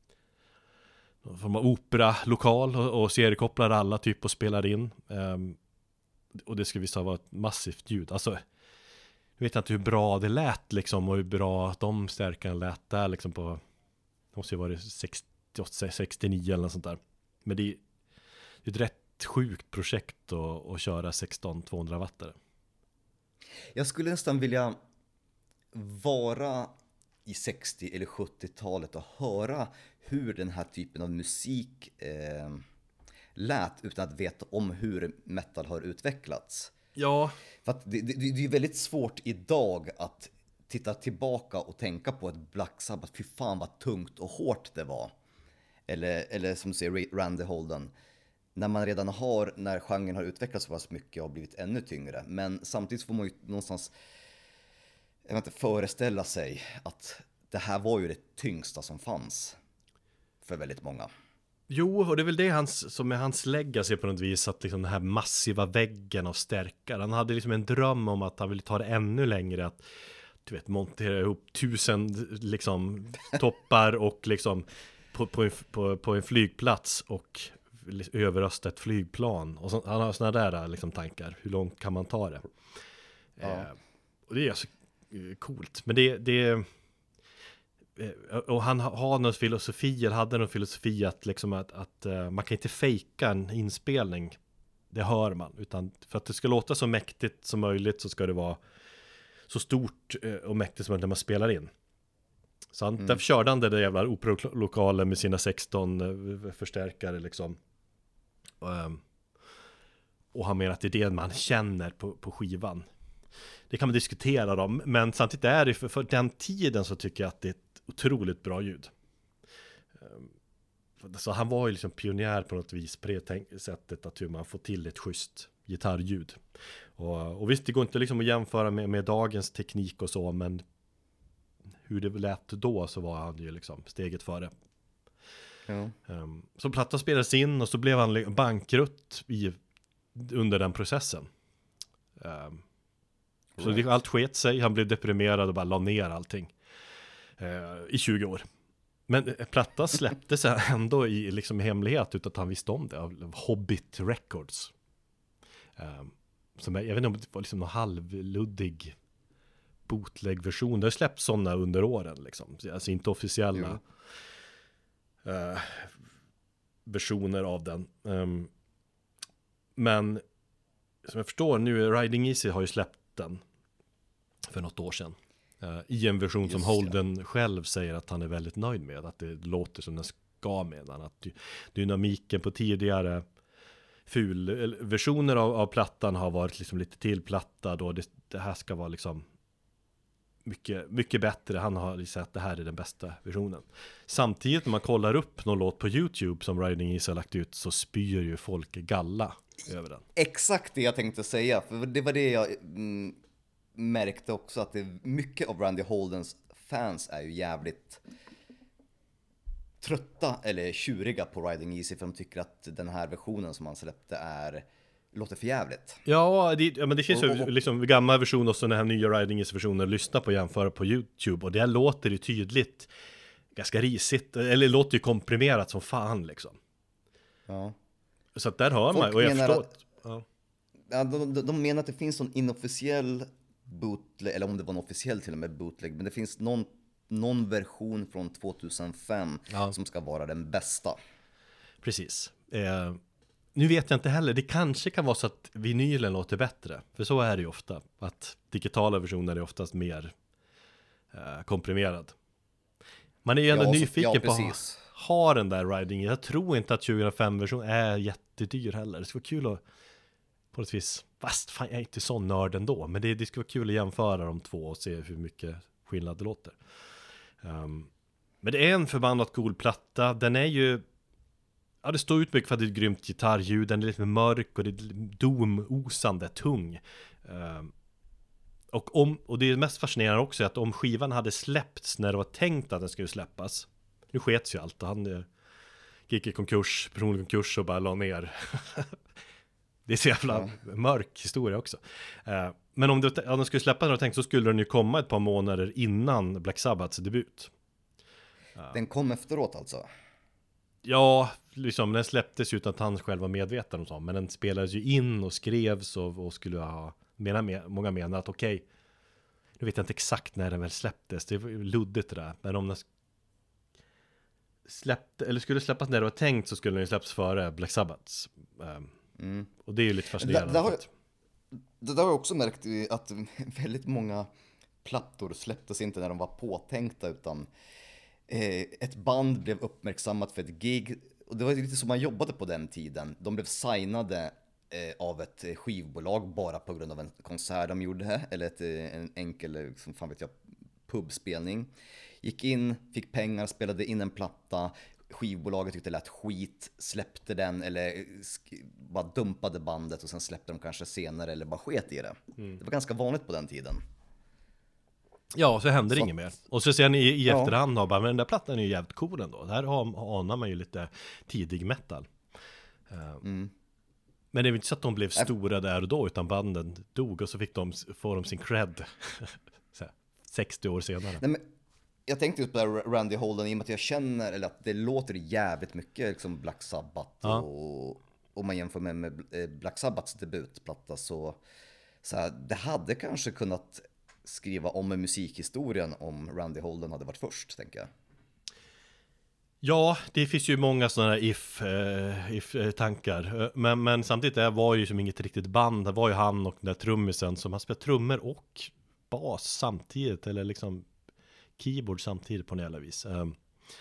form av opera-lokal och, och seriekopplade alla typ och spelade in. Eh, och det skulle visst ha varit ett massivt ljud. Alltså, jag vet inte hur bra det lät liksom, och hur bra de stärkarna lät där liksom på, det måste ju vara sextioåtta sextionio eller något sånt där. Men det är, det är ett rätt sjukt projekt att, att köra sexton tvåhundra wattare. Jag skulle nästan vilja vara i sextio- eller sjuttiotalet och höra hur den här typen av musik eh, lät utan att veta om hur metal har utvecklats. Ja. För att det, det, det är väldigt svårt idag att titta tillbaka och tänka på ett Black Sabbath. Fy fan vad tungt och hårt det var. Eller, eller som du säger, Randy Holden. När man redan har, när genren har utvecklats så pass mycket och blivit ännu tyngre. Men samtidigt får man ju någonstans, jag vet inte, föreställa sig att det här var ju det tyngsta som fanns för väldigt många. Jo, och det är väl det hans, som är hans legacy på något vis, att liksom den här massiva väggen av stärkare. Han hade liksom en dröm om att han ville ta det ännu längre, att du vet, montera ihop tusen liksom toppar och liksom på, på, en, på, på en flygplats och överrösta ett flygplan. Och så, han har såna där liksom tankar, hur långt kan man ta det? Ja. Eh, och det är så coolt, men det, det och han har någon filosofi, eller hade någon filosofi att, liksom att, att uh, man kan inte fejka en inspelning, det hör man, utan för att det ska låta så mäktigt som möjligt så ska det vara så stort uh, och mäktigt som möjligt när man spelar in. Så han, mm. därför körde han det där jävla operalokalen med sina sexton uh, förstärkare liksom. Um, och han menar att det är det man känner på, på skivan. Det kan man diskutera dem, men samtidigt är det för, för den tiden så tycker jag att det är ett otroligt bra ljud. Så han var ju liksom pionjär på något vis på det sättet, att hur man får till ett schysst gitarrljud. Och, och visst, det går inte liksom att jämföra med, med dagens teknik och så, men hur det lät då så var han ju liksom steget före. Ja. Um, så plattan spelades in och så blev han bankrutt i, under den processen. Um, Så det, allt sket sig, han blev deprimerad och bara la ner allting eh, i tjugo år. Men platta släpptes ändå i liksom hemlighet utan att han visste om det, av Hobbit Records. Eh, som jag, jag vet inte om det var liksom någon halvluddig bootleg-version. Det har släppts sådana under åren liksom. Alltså inte officiella eh, versioner av den. Um, men som jag förstår nu, Riding Easy har ju släppt den för något år sedan. Uh, I en version Just som Holden ja. själv säger att han är väldigt nöjd med. Att det låter som den ska med. Att dy- dynamiken på tidigare ful versioner av, av plattan har varit liksom lite tillplattad. Och det, det här ska vara liksom mycket, mycket bättre. Han har sagt att det här är den bästa versionen. Samtidigt när man kollar upp någon låt på YouTube som Riding Easy har lagt ut, så spyr ju folk galla över den. Exakt det jag tänkte säga, för det var det jag mm, märkte också, att det är mycket av Randy Holdens fans är ju jävligt trötta eller tjuriga på Riding Easy, för de tycker att den här versionen som han släppte är låter för jävligt. Ja, det, ja men det finns ju liksom gamla versioner och så den här nya Riding Easy-versionen, lyssna på och jämföra på YouTube, och det här låter ju tydligt ganska risigt, eller låter ju komprimerat som fan liksom. Ja. Så att där hör Folk man, och jag förstår att, ja. Ja, de, de, de menar att det finns någon inofficiell bootleg, eller om det var en officiell till och med bootleg, men det finns någon, någon version från tjugohundrafem ja. som ska vara den bästa. Precis. Eh, nu vet jag inte heller, det kanske kan vara så att vinylen låter bättre, för så är det ju ofta, att digitala versioner är oftast mer eh, komprimerad. Man är ju ändå ja, nyfiken ja, på att ha den där Riding. Jag tror inte att tjugohundrafem-version är jättedyr heller. Det skulle vara kul att på ett vis, fast fan jag är inte så nörd ändå, men det, det skulle vara kul att jämföra de två och se hur mycket skillnad det låter. Um, men det är en förbannat cool platta. Den är ju, ja det står ut mycket för att det är ett grymt gitarrljud. Den är lite mörk och det är domosande, tung. Um, och, om, och det är mest fascinerande också att om skivan hade släppts när det var tänkt att den skulle släppas, nu skets ju allt och han eh, gick i konkurs, personlig konkurs och bara la ner. Det är så jävla ja. mörk historia också. Uh, men om, det, om den skulle släppas när det var tänkt, så skulle den ju komma ett par månader innan Black Sabbaths debut. Uh, den kom efteråt alltså? Ja, liksom den släpptes utan att han själv var medveten om så, men den spelades ju in och skrevs och, och skulle ha, menar, med, många menar att okej, okay, nu vet jag inte exakt när den väl släpptes, det var luddigt det där, men om den släppte, eller skulle släppas när det var tänkt, så skulle den ju släppas före Black Sabbaths. Um, mm. Och det är ju lite fascinerande. Det, det, har, det där har jag också märkt att väldigt många plattor släpptes inte när de var påtänkta, utan eh, ett band blev uppmärksammat för ett gig, och det var lite som man jobbade på den tiden. De blev signade eh, av ett skivbolag bara på grund av en konsert de gjorde, eller ett, en enkel, som fan vet jag, pubspelning. Gick in, fick pengar, spelade in en platta, skivbolaget tyckte det lät skit, släppte den eller sk- bara dumpade bandet, och sen släppte de kanske senare eller bara sket i det. Mm. Det var ganska vanligt på den tiden. Ja, så händer så inget mer. Och så ser ni i, i ja. efterhand och bara, men den där plattan är ju jävligt cool ändå. Där anar man ju lite tidig metal. Uh, mm. Men det är inte så att de blev stora där och då, utan banden dog och så fick de, får de sin cred så här, sextio år senare. Nej, men jag tänkte just på Randy Holden, i och med att jag känner, eller att det låter jävligt mycket liksom Black Sabbath, ja. och om man jämför med, med Black Sabbaths debutplatta, så, så här, det hade kanske kunnat skriva om en musikhistorien om Randy Holden hade varit först, tänker jag. Ja, det finns ju många sådana här if, uh, if-tankar. Men, men samtidigt, det var ju som inget riktigt band. Det var ju han och den där trummisen som har spelat trummor och bas samtidigt, eller liksom keyboard samtidigt på några vis. Um,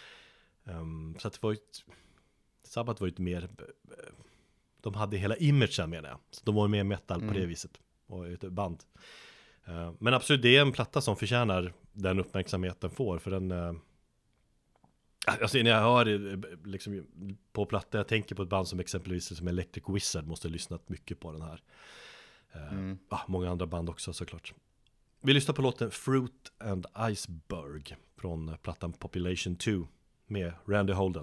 um, så att det var ju, Sabbath var ju mer, de hade hela imagen, menar jag. Så de var mer metal mm. på det viset, och ett band. Uh, men absolut, det är en platta som förtjänar den uppmärksamheten får, för den uh, alltså när jag hör liksom, på platta, jag tänker på ett band som exempelvis som Electric Wizard, måste ha lyssnat mycket på den här. Uh, mm. ah, många andra band också såklart. Vi lyssnar på låten Fruit and Iceberg från plattan Population två med Randy Holden.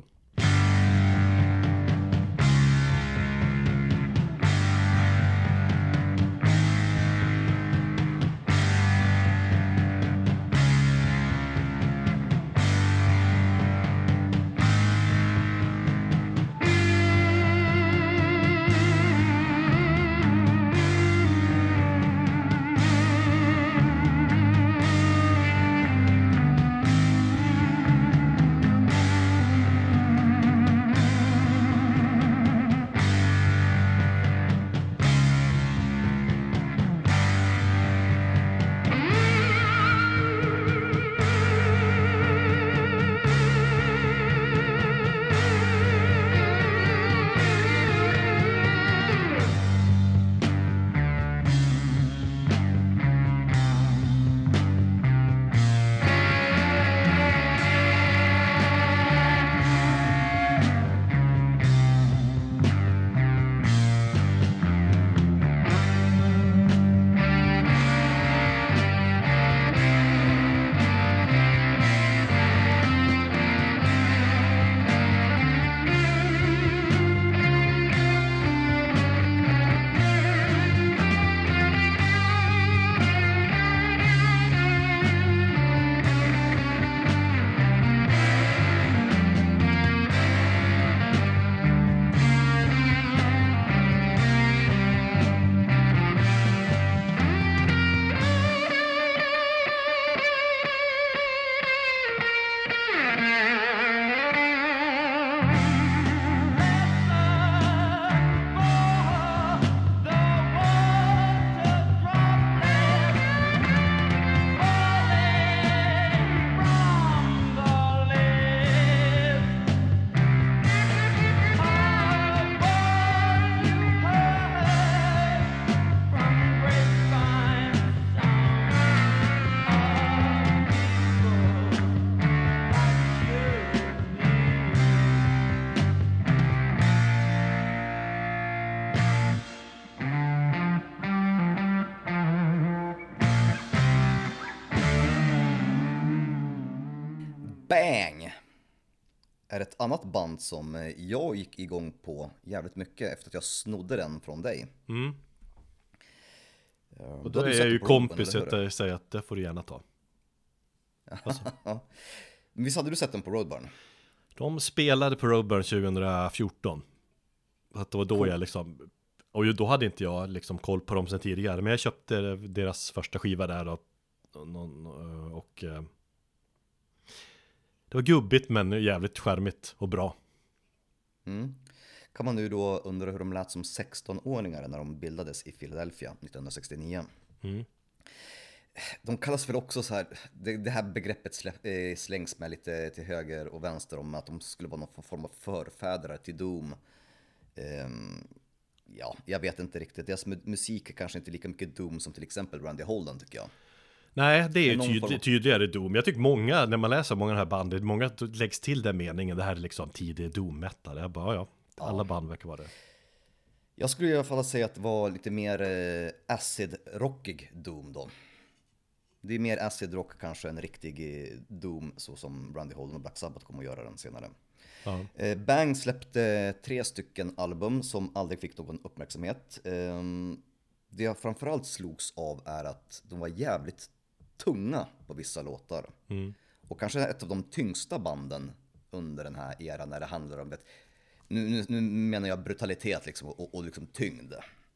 Bang är ett annat band som jag gick igång på jävligt mycket efter att jag snodde den från dig. Mm. Uh, Och då är jag ju kompis att säga att det får du gärna ta. Alltså. Ja. Men visst hade du sett dem på Roadburn? De spelade på Roadburn tjugohundrafjorton. Att det var då cool. jag liksom... Och då hade inte jag liksom koll på dem sen tidigare. Men jag köpte deras första skiva där då. Och... och det var gubbigt men jävligt skärmigt och bra. Mm. Kan man nu då undra hur de lät som sexton-åringar när de bildades i Philadelphia nittonhundrasextionio. Mm. De kallas väl också så här, det, det här begreppet slä, eh, slängs med lite till höger och vänster om att de skulle vara någon form av förfäder till Doom. Um, ja, jag vet inte riktigt. Deras musik är kanske inte lika mycket Doom som till exempel Randy Holden tycker jag. Nej, det är ju tydlig, form... tydligare Doom. Jag tycker många, när man läser många av de här banden, många läggs till den meningen, det här är liksom tidig Doom-metal. Jag bara, ja, alla ja. band verkar vara det. Jag skulle i alla fall säga att det var lite mer eh, acid-rockig Doom då. Det är mer acid-rock kanske en riktig eh, Doom, så som Randy Holden och Black Sabbath kommer att göra den senare. Ja. Eh, Bang släppte tre stycken album som aldrig fick någon uppmärksamhet. Eh, det jag framförallt slogs av är att de var jävligt tunga på vissa låtar. Mm. Och kanske ett av de tyngsta banden under den här eran när det handlar om vet, nu, nu, nu menar jag brutalitet liksom, och, och liksom tyngd.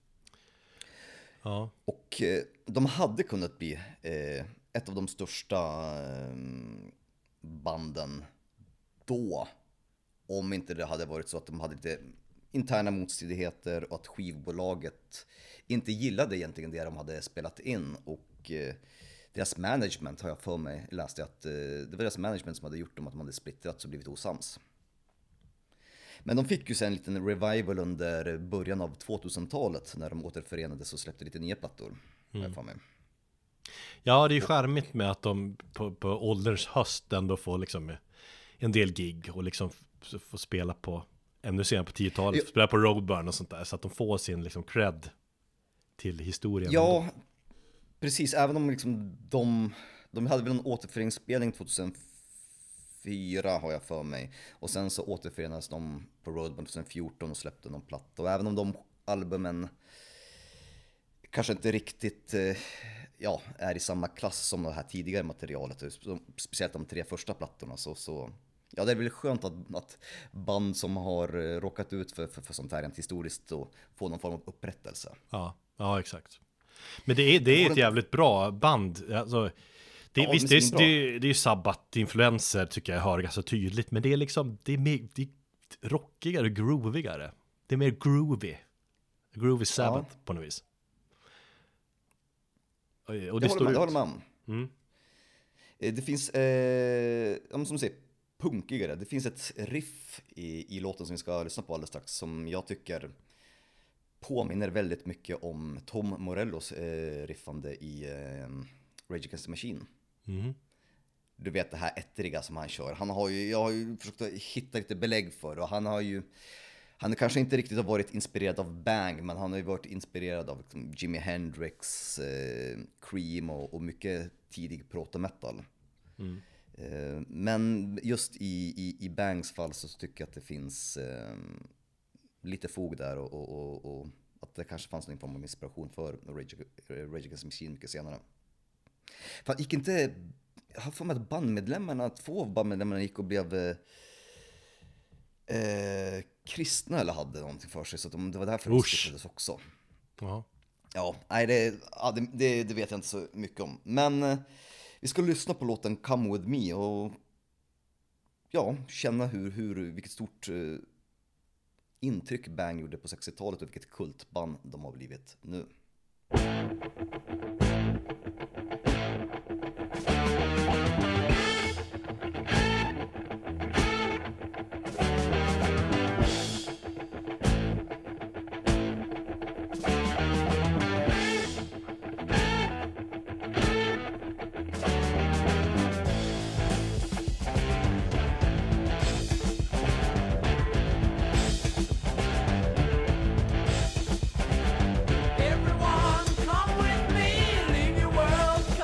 Ja. Och eh, de hade kunnat bli eh, ett av de största eh, banden då, om inte det hade varit så att de hade lite interna motstridigheter och att skivbolaget inte gillade egentligen det de hade spelat in. Och eh, deras management har jag för mig läste att eh, det var deras management som hade gjort dem att de hade splittrats och blivit osams. Men de fick ju sen en liten revival under början av tvåtusentalet när de återförenades och släppte lite nya plattor. Mm. För mig. Ja, det är ju charmigt med att de på, på ålderns höst ändå får liksom en del gig och liksom får spela på ännu senare på tiotalet, ja. Spela på Roadburn och sånt där, så att de får sin liksom cred till historien. Ja, ändå. Precis, även om liksom de, de hade väl en återföreningsspelning tjugohundrafyra har jag för mig. Och sen så återförenades de på Roadburn tjugohundrafjorton och släppte någon platta. Och även om de albumen kanske inte riktigt ja, är i samma klass som det här tidigare materialet, speciellt de tre första plattorna, så, så ja, det är väl skönt att, att band som har råkat ut för, för, för sånt här rent historiskt och få någon form av upprättelse. Ja, ja exakt. Men det är, det är ett jävligt bra band. Alltså, det, ja, visst, det, är, det, är, det är ju Sabbath-influenser tycker jag hör ganska tydligt. Men det är liksom, det är, mer, det är rockigare, groovigare. Det är mer groovy. Groovy Sabbath ja. På något vis. Och det jag står håller med, ut. Mm. Det finns, eh, som du säger, punkigare. Det finns ett riff i, i låten som vi ska lyssna på alldeles strax som jag tycker påminner väldigt mycket om Tom Morellos eh, riffande i eh, Rage Against the Machine. Mm. Du vet det här ettriga som han kör. Han har ju, jag har ju försökt hitta lite belägg för och han har ju han kanske inte riktigt har varit inspirerad av Bang, men han har ju varit inspirerad av liksom, Jimi Hendrix, eh, Cream och, och mycket tidig proto-metal. Mm. Eh, men just i, i, i Bangs fall så tycker jag att det finns eh, lite fog där och, och, och, och att det kanske fanns någon form av inspiration för Rage, Rage Against the Machine mycket senare. För gick inte, jag har för mig att bandmedlemmarna, två av bandmedlemmarna gick och blev eh, kristna eller hade någonting för sig, så att de, det var därför de splittrades också. Uh-huh. Ja, nej, det, ja det, det, det vet jag inte så mycket om. Men eh, vi ska lyssna på låten Come With Me och ja, känna hur, hur, vilket stort eh, intryck Bang gjorde på sextiotalet och vilket kultband de har blivit nu. Everyone come with me, leave your world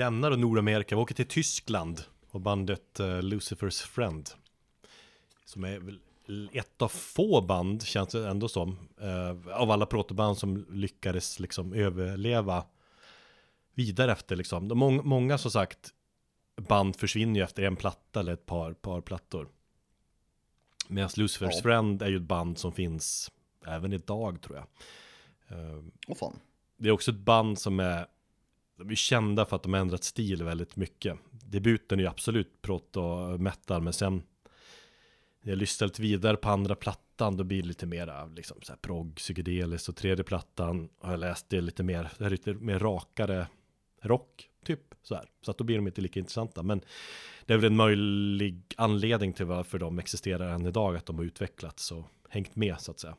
lämnar Nordamerika, vi åker till Tyskland och bandet uh, Lucifer's Friend, som är väl ett av få band, känns det ändå som, uh, av alla protoband som lyckades liksom överleva vidare efter liksom. De, må- många som sagt band försvinner ju efter en platta eller ett par, par plattor. Medan Lucifer's Ja. Friend är ju ett band som finns även idag, tror jag. Uh, Åh fan. det är också ett band som är, de är kända för att de har ändrat stil väldigt mycket. Debuten är ju absolut proto-metal, men sen när jag lyssnat vidare på andra plattan, då blir det lite mer liksom, så här prog, psykedeliskt, och tredje plattan har jag läst det lite mer, det är lite mer rakare rock typ så här. Så att då blir de inte lika intressanta, men det är väl en möjlig anledning till varför de existerar än idag, att de har utvecklats och hängt med så att säga.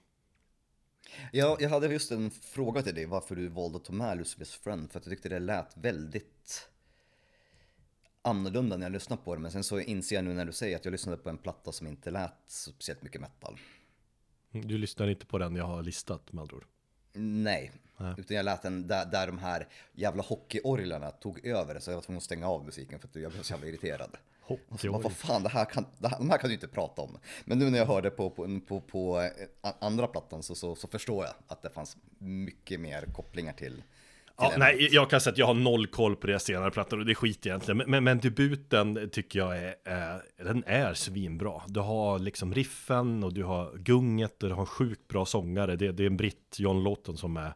Ja, jag hade just en fråga till dig, varför du valde att ta med Lucifer's Friend, för att jag tyckte det lät väldigt annorlunda när jag lyssnade på det, men sen så inser jag nu när du säger att jag lyssnade på en platta som inte lät speciellt mycket metal. Du lyssnar inte på den jag har listat med andra ord? Nej, Nej. utan jag lät den där, där de här jävla hockeyorglarna tog över, så jag var tvungen att stänga av musiken för att jag blev så jävla irriterad. Och så, vad fan, det här kan, det här, de här kan du inte prata om. Men nu när jag hörde på, på, på, på andra plattan så, så, så förstår jag att det fanns mycket mer kopplingar till, till ja, nej, jag kan säga att jag har noll koll på det senare plattor, och det är skit egentligen. Men, men, men debuten tycker jag är, är, den är svinbra. Du har liksom riffen och du har gunget och du har en sjukt bra sångare. Det, det är en britt, John Lawton, som är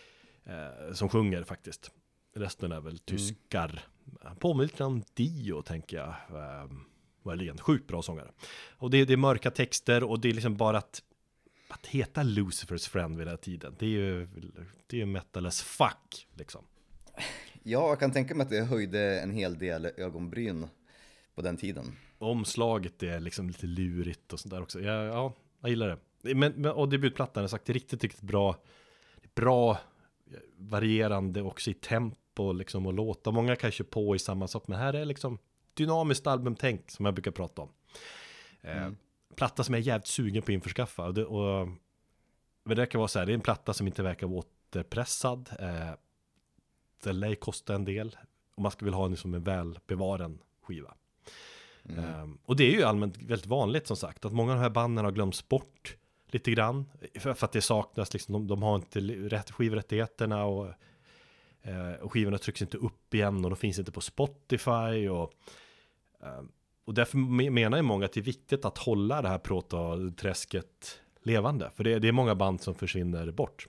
eh, som sjunger faktiskt. Resten är väl tyskar. Mm. Påminner lite om Dio, tänker jag. Eh, var en sjukt bra sångare. Och det, det är mörka texter, och det är liksom bara att att heta Lucifer's Friend vid den här tiden, det är ju, det är ju metal as fuck liksom. Ja, jag kan tänka mig att det höjde en hel del ögonbryn på den tiden. Omslaget är liksom lite lurigt och sånt där också. Ja, ja, jag gillar det. Men, men, och debutplattan är sagt riktigt, riktigt bra. Bra, varierande också i tempo liksom, och låta. Många kan köra på i samma sak, men här är liksom dynamiskt albumtänk som jag brukar prata om. Mm. Eh, platta som jag är jävligt sugen på att införskaffa. Och det, och, men det kan vara så här, det är en platta som inte verkar återpressad. Eh, det lär kosta en del. Om man ska vilja ha den som en välbevaren skiva. Mm. Eh, och det är ju allmänt väldigt vanligt som sagt, att många av de här banden har glömts bort lite grann. För, för att det saknas, liksom, de, de har inte rätt skivrättigheterna, och, eh, och skivorna trycks inte upp igen, och de finns inte på Spotify. Och eh, Och därför menar ju många att det är viktigt att hålla det här proto-träsket levande. För det, det är många band som försvinner bort.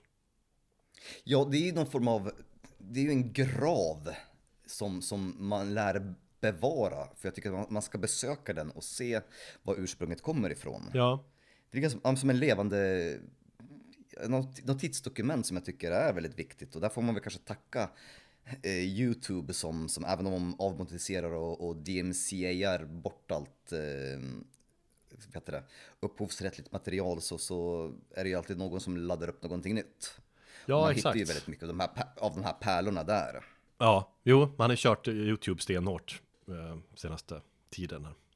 Ja, det är ju någon form av, det är ju en grav som, som man lär bevara. För jag tycker att man ska besöka den och se var ursprunget kommer ifrån. Ja. Det är som, som en levande, något, något tidsdokument som jag tycker är väldigt viktigt. Och där får man väl kanske tacka Eh, YouTube som, som även om de avmontiserar och, och D M C A-ar bort allt eh, vad heter det, upphovsrättligt material, så, så är det ju alltid någon som laddar upp någonting nytt. Ja, man exakt. hittar ju väldigt mycket av de här, av de här pärlorna där. Ja, jo, man har kört YouTube stenhårt eh, senaste tiden här.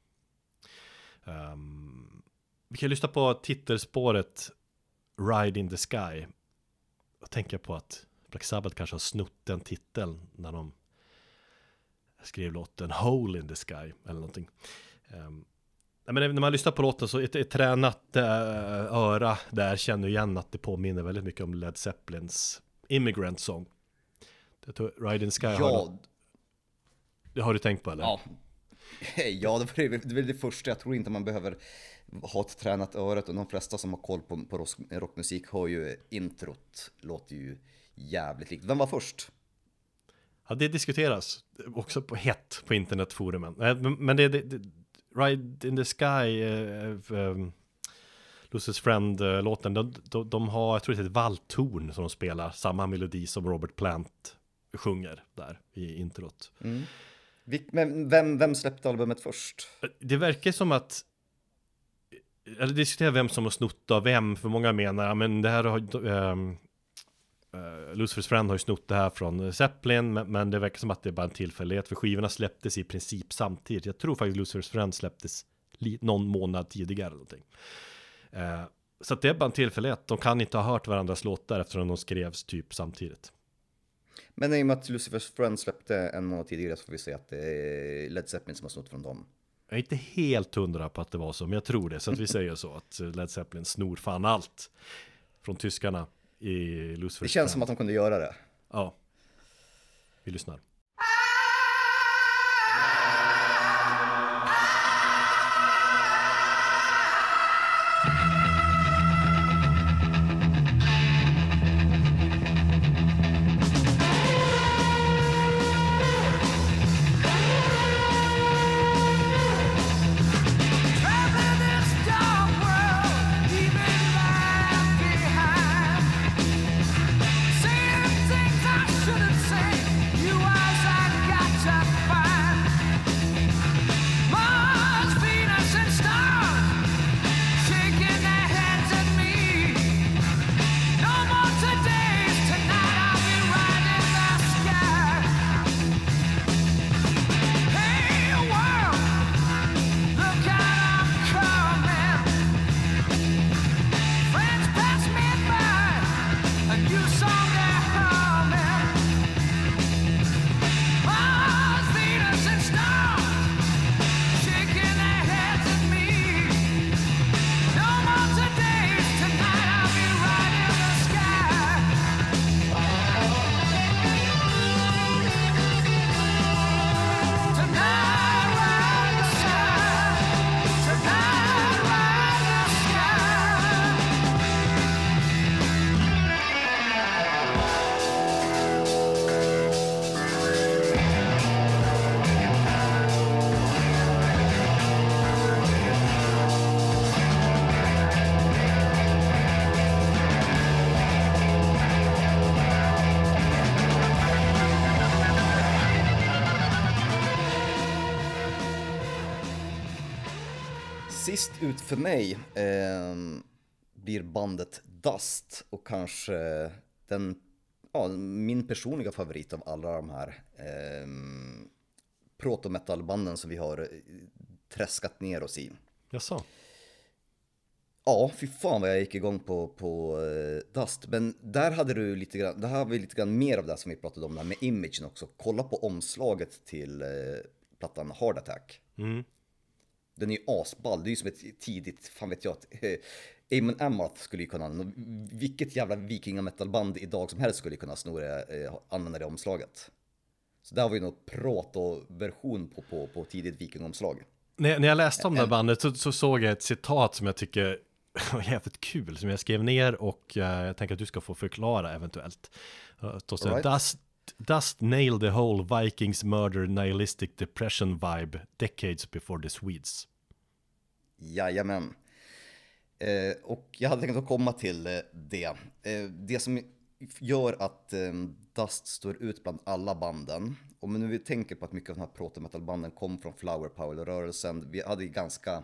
Um, vi kan lyssna på titelspåret Ride in the Sky. Jag tänker på att Black Sabbath kanske har snott den titeln när de skrev låten Hole in the Sky eller någonting. Um, men när man lyssnar på låten så ett, ett tränat äh, öra där känner igen att det påminner väldigt mycket om Led Zeppelins Immigrant Song. Jag tror Ride in the Sky, ja. har, det har du tänkt på eller? Ja, ja det var det, det, det första. Jag tror inte man behöver ha ett tränat örat, och de flesta som har koll på, på rock, rockmusik har ju introt, låter ju jävligt likt. Vem var först? Ja, det diskuteras också på hett på internetforumen. Men det är det, det, Ride in the Sky, uh, um, Lucifer's Friend-låten, de, de, de har, jag tror det är ett valtorn som de spelar, samma melodi som Robert Plant sjunger där i introt. Mm. Men vem, vem släppte albumet först? Det verkar som att, eller diskuterar vem som har snott av vem, för många menar, men det här har um, Uh, Lucifer's Friend har ju snott det här från Zeppelin, men, men det verkar som att det är bara en tillfällighet, för skivorna släpptes i princip samtidigt. Jag tror faktiskt Lucifer's Friend släpptes li- någon månad tidigare eller någonting. Uh, så att det är bara en tillfällighet. De kan inte ha hört varandras låtar eftersom de skrevs typ samtidigt. Men i och med att Lucifer's Friend släppte en månad tidigare så får vi se att det är Led Zeppelin som har snott från dem. Jag är inte helt hundra på att det var så, men jag tror det. Så att vi säger så att Led Zeppelin snor fan allt från tyskarna i Lucifer's Friend. Det känns som att de kunde göra det. Ja, vi lyssnar. Sist ut för mig eh, blir bandet Dust och kanske den, ja, min personliga favorit av alla de här eh, proto-metal-banden som vi har träskat ner oss i. Jaså? Ja, fy fan vad jag gick igång på, på uh, Dust. Men där hade du lite grann, där har vi lite grann mer av det som vi pratade om där med imagen också. Kolla på omslaget till uh, plattan Hard Attack. Mm. Den är ju asball, det är ju som ett tidigt, fan vet jag, att uh, Amon Amarth skulle ju kunna, vilket jävla vikingametalband idag som helst skulle kunna snurra, uh, använda det omslaget. Så där var ju något proto-version på, på, på tidigt vikingomslag. När, när jag läste om det här bandet så, så såg jag ett citat som jag tycker var jävligt kul, som jag skrev ner och uh, jag tänker att du ska få förklara eventuellt. Uh, right. Dust, Dust nailed the whole Vikings murder nihilistic depression vibe decades before the Swedes. Jajamän. Eh, och jag hade tänkt att komma till eh, det. Eh, det som gör att eh, Dust står ut bland alla banden. Om nu vi tänker på att mycket av de här proto-metal-banden kom från Flower Power-rörelsen. Vi hade ganska...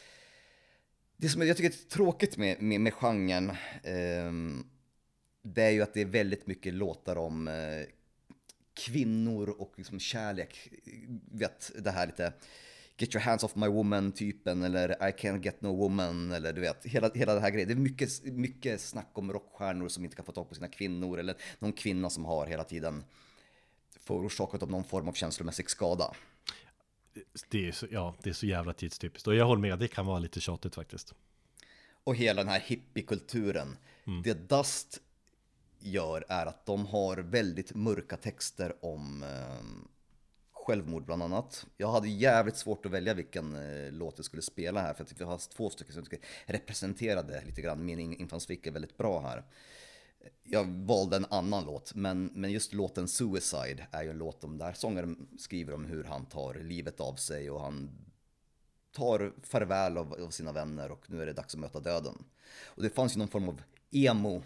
Det som jag tycker är tråkigt med, med, med genren, eh, det är ju att det är väldigt mycket låtar om eh, kvinnor och liksom kärlek. Vet, det här lite Get your hands off my woman-typen, eller I can't get no woman, eller du vet, hela, hela det här grejen. Det är mycket, mycket snack om rockstjärnor som inte kan få tag på sina kvinnor, eller någon kvinna som har hela tiden förorsakat av någon form av känslomässig skada. Det är så, ja, det är så jävla tidstypiskt. Och jag håller med, det kan vara lite tjatigt faktiskt. Och hela den här hippiekulturen. Mm. Det Dust gör är att de har väldigt mörka texter om eh, självmord bland annat. Jag hade jävligt svårt att välja vilken eh, låt jag skulle spela här, för att vi har två stycken som representerade lite grann min infallsvinkel väldigt bra här. Jag valde en annan låt, men, men just låten Suicide är ju en låt om där sångaren skriver om hur han tar livet av sig och han tar farväl av, av sina vänner och nu är det dags att möta döden. Och det fanns ju någon form av emo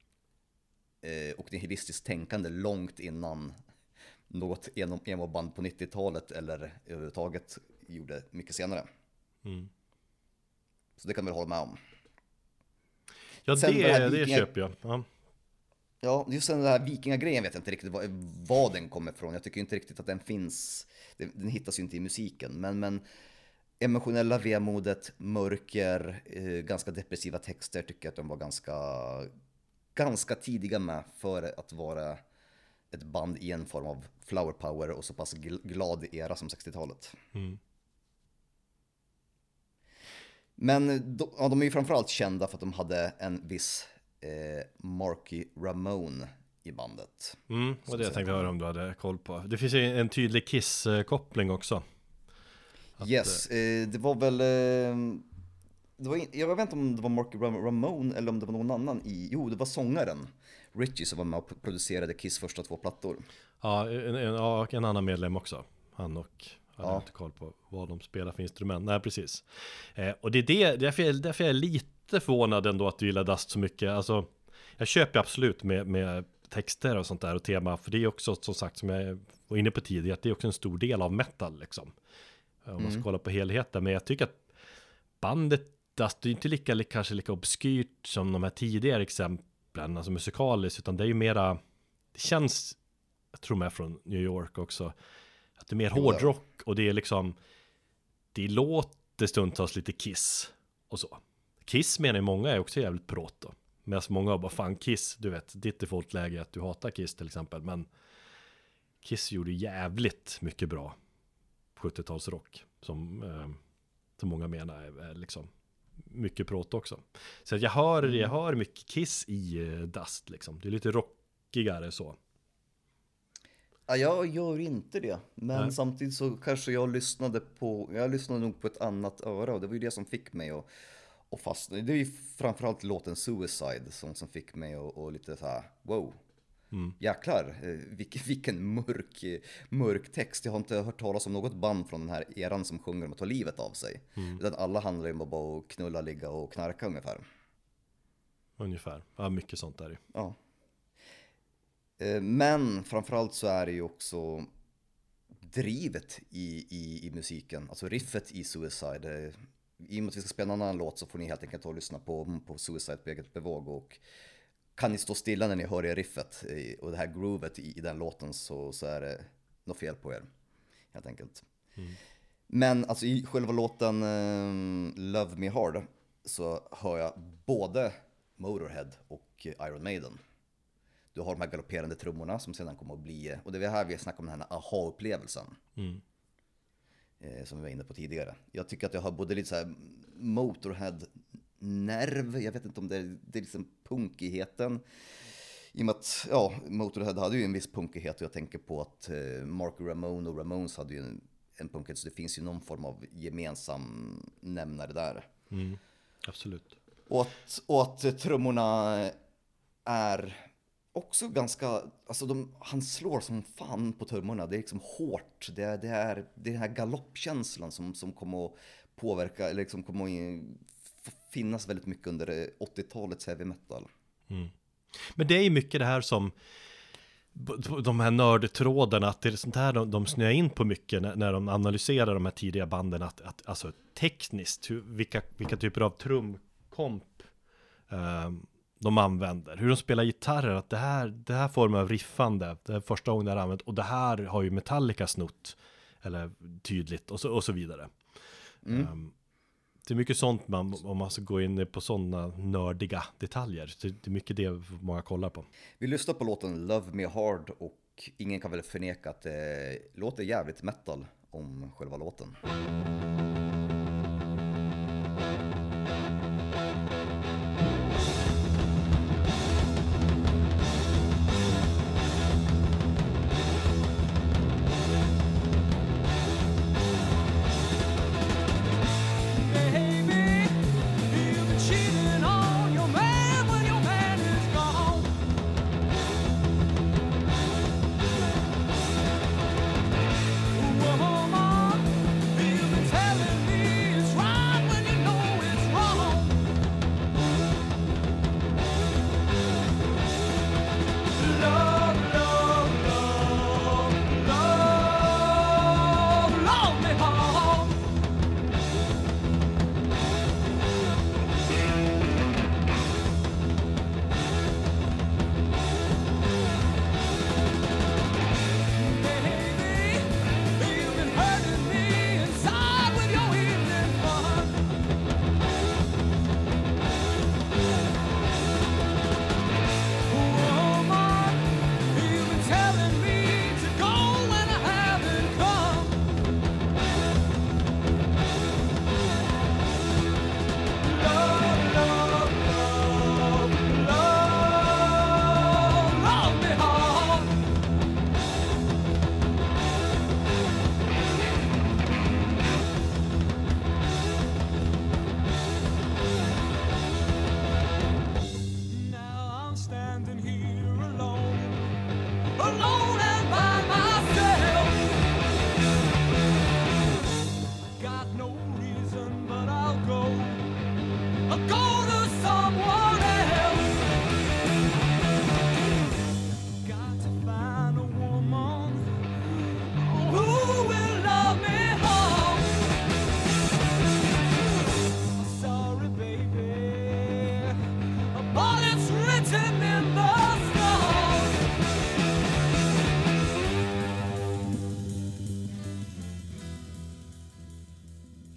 eh, och nihilistiskt tänkande långt innan något emo-band på nittiotalet eller överhuvudtaget gjorde mycket senare. Mm. Så det kan vi hålla med om. Ja, det, det, det köper jag. Ja. Ja, just den där vikingagrejen vet jag inte riktigt vad, vad den kommer ifrån. Jag tycker inte riktigt att den finns. Den, den hittas ju inte i musiken. Men, men emotionella vemodet, mörker, eh, ganska depressiva texter tycker jag att de var ganska, ganska tidiga med för att vara ett band i en form av flower power och så pass gl- glad era som sextiotalet. Mm. Men de, ja, de är ju framförallt kända för att de hade en viss eh, Marky Ramone i bandet. Mm, och det jag tänkte höra om du hade koll på. Det finns ju en tydlig Kiss-koppling också. Att, yes, eh, det var väl... Eh, det var, jag vet inte om det var Marky Ramone eller om det var någon annan i... Jo, det var sångaren Richie som var med och producerade Kiss första två plattor. Ja, en, en, ja, en annan medlem också. Han och... Jag har Ja. inte koll på vad de spelar för instrument. Nej, precis. Eh, och det är det, därför jag, därför jag är lite förvånad ändå att du gillar Dust så mycket. Alltså, jag köper absolut med, med texter och sånt där och tema. För det är också, som sagt, som jag var inne på tidigare, att det är också en stor del av metal liksom. Om man ska Mm. kolla på helheten. Men jag tycker att bandet Dust är inte lika, lika, kanske lika obskyrt som de här tidigare exemplen, alltså musikaliskt, utan det är ju mera, det känns, jag tror de är från New York också, att det är mer Jo, hårdrock och det är liksom, det låter stundtals lite Kiss och så. Kiss menar ju många är också jävligt pråt då. Medan många har bara, fan Kiss, du vet, ditt defaultläge är att du hatar Kiss till exempel, men Kiss gjorde jävligt mycket bra sjuttiotalsrock som, eh, som många menar är, är liksom mycket pråt också. Så att jag hör, jag hör mycket Kiss i eh, Dust liksom. Det är lite rockigare så. Ja, jag gör inte det, men Nej. samtidigt så kanske jag lyssnade på, jag lyssnade nog på ett annat öra och det var ju det som fick mig att, att fastna. Det är ju framförallt låten Suicide som, som fick mig att och lite så här, wow, Mm. jäklar, eh, vilken, vilken mörk, eh, mörk text. Jag har inte hört talas om något band från den här eran som sjunger om att ta livet av sig. Mm. Utan alla handlar ju om att bara knulla, ligga och knarka ungefär. Ungefär. Ja, mycket sånt där. Ja. Eh, Men framförallt så är det ju också drivet i, i, i musiken, alltså riffet i Suicide. Eh, I och med att vi ska spela en annan låt så får ni helt enkelt ta och lyssna på, på Suicide på eget bevåg. Och kan ni stå stilla när ni hör det riffet eh, och det här groovet i, i den låten så, så är det något fel på er, helt enkelt. Mm. Men alltså i själva låten eh, Love Me Hard så hör jag både Motorhead och Iron Maiden. Du har de här galopperande trummorna som sedan kommer att bli, och det är här vi snackar om den här aha-upplevelsen Mm. eh, som vi var inne på tidigare. Jag tycker att jag har både lite så här Motorhead-nerv, jag vet inte om det är, det är liksom punkigheten. I och med att, ja, Motorhead hade ju en viss punkighet och jag tänker på att eh, Mark Ramone och Ramones hade ju en, en punkighet, så det finns ju någon form av gemensam nämnare där. Mm. Absolut. Och att, och att eh, trummorna är också ganska, alltså de, han slår som fan på trummorna, det är liksom hårt, det är, det är, det är den här galoppkänslan som, som kommer att påverka, eller liksom kommer att finnas väldigt mycket under åttiotalets heavy metal. Mm. Men det är ju mycket det här som de här nördtrådarna, att det är sånt här de, de snöar in på mycket när, när de analyserar de här tidiga banden, att, att alltså tekniskt, hur, vilka, vilka typer av trumkomp eh, de använder, hur de spelar gitarrer, att det här, det här formen av riffande, det är första gången det är använt, och det här har ju Metallica snott, eller tydligt, och så, och så vidare. Mm. Um, det är mycket sånt man, om man ska gå in på sådana nördiga detaljer. Det, det är mycket det många kollar på. Vi lyssnar på låten Love Me Hard och ingen kan väl förneka att det låter jävligt metal om själva låten. Woman, you've been telling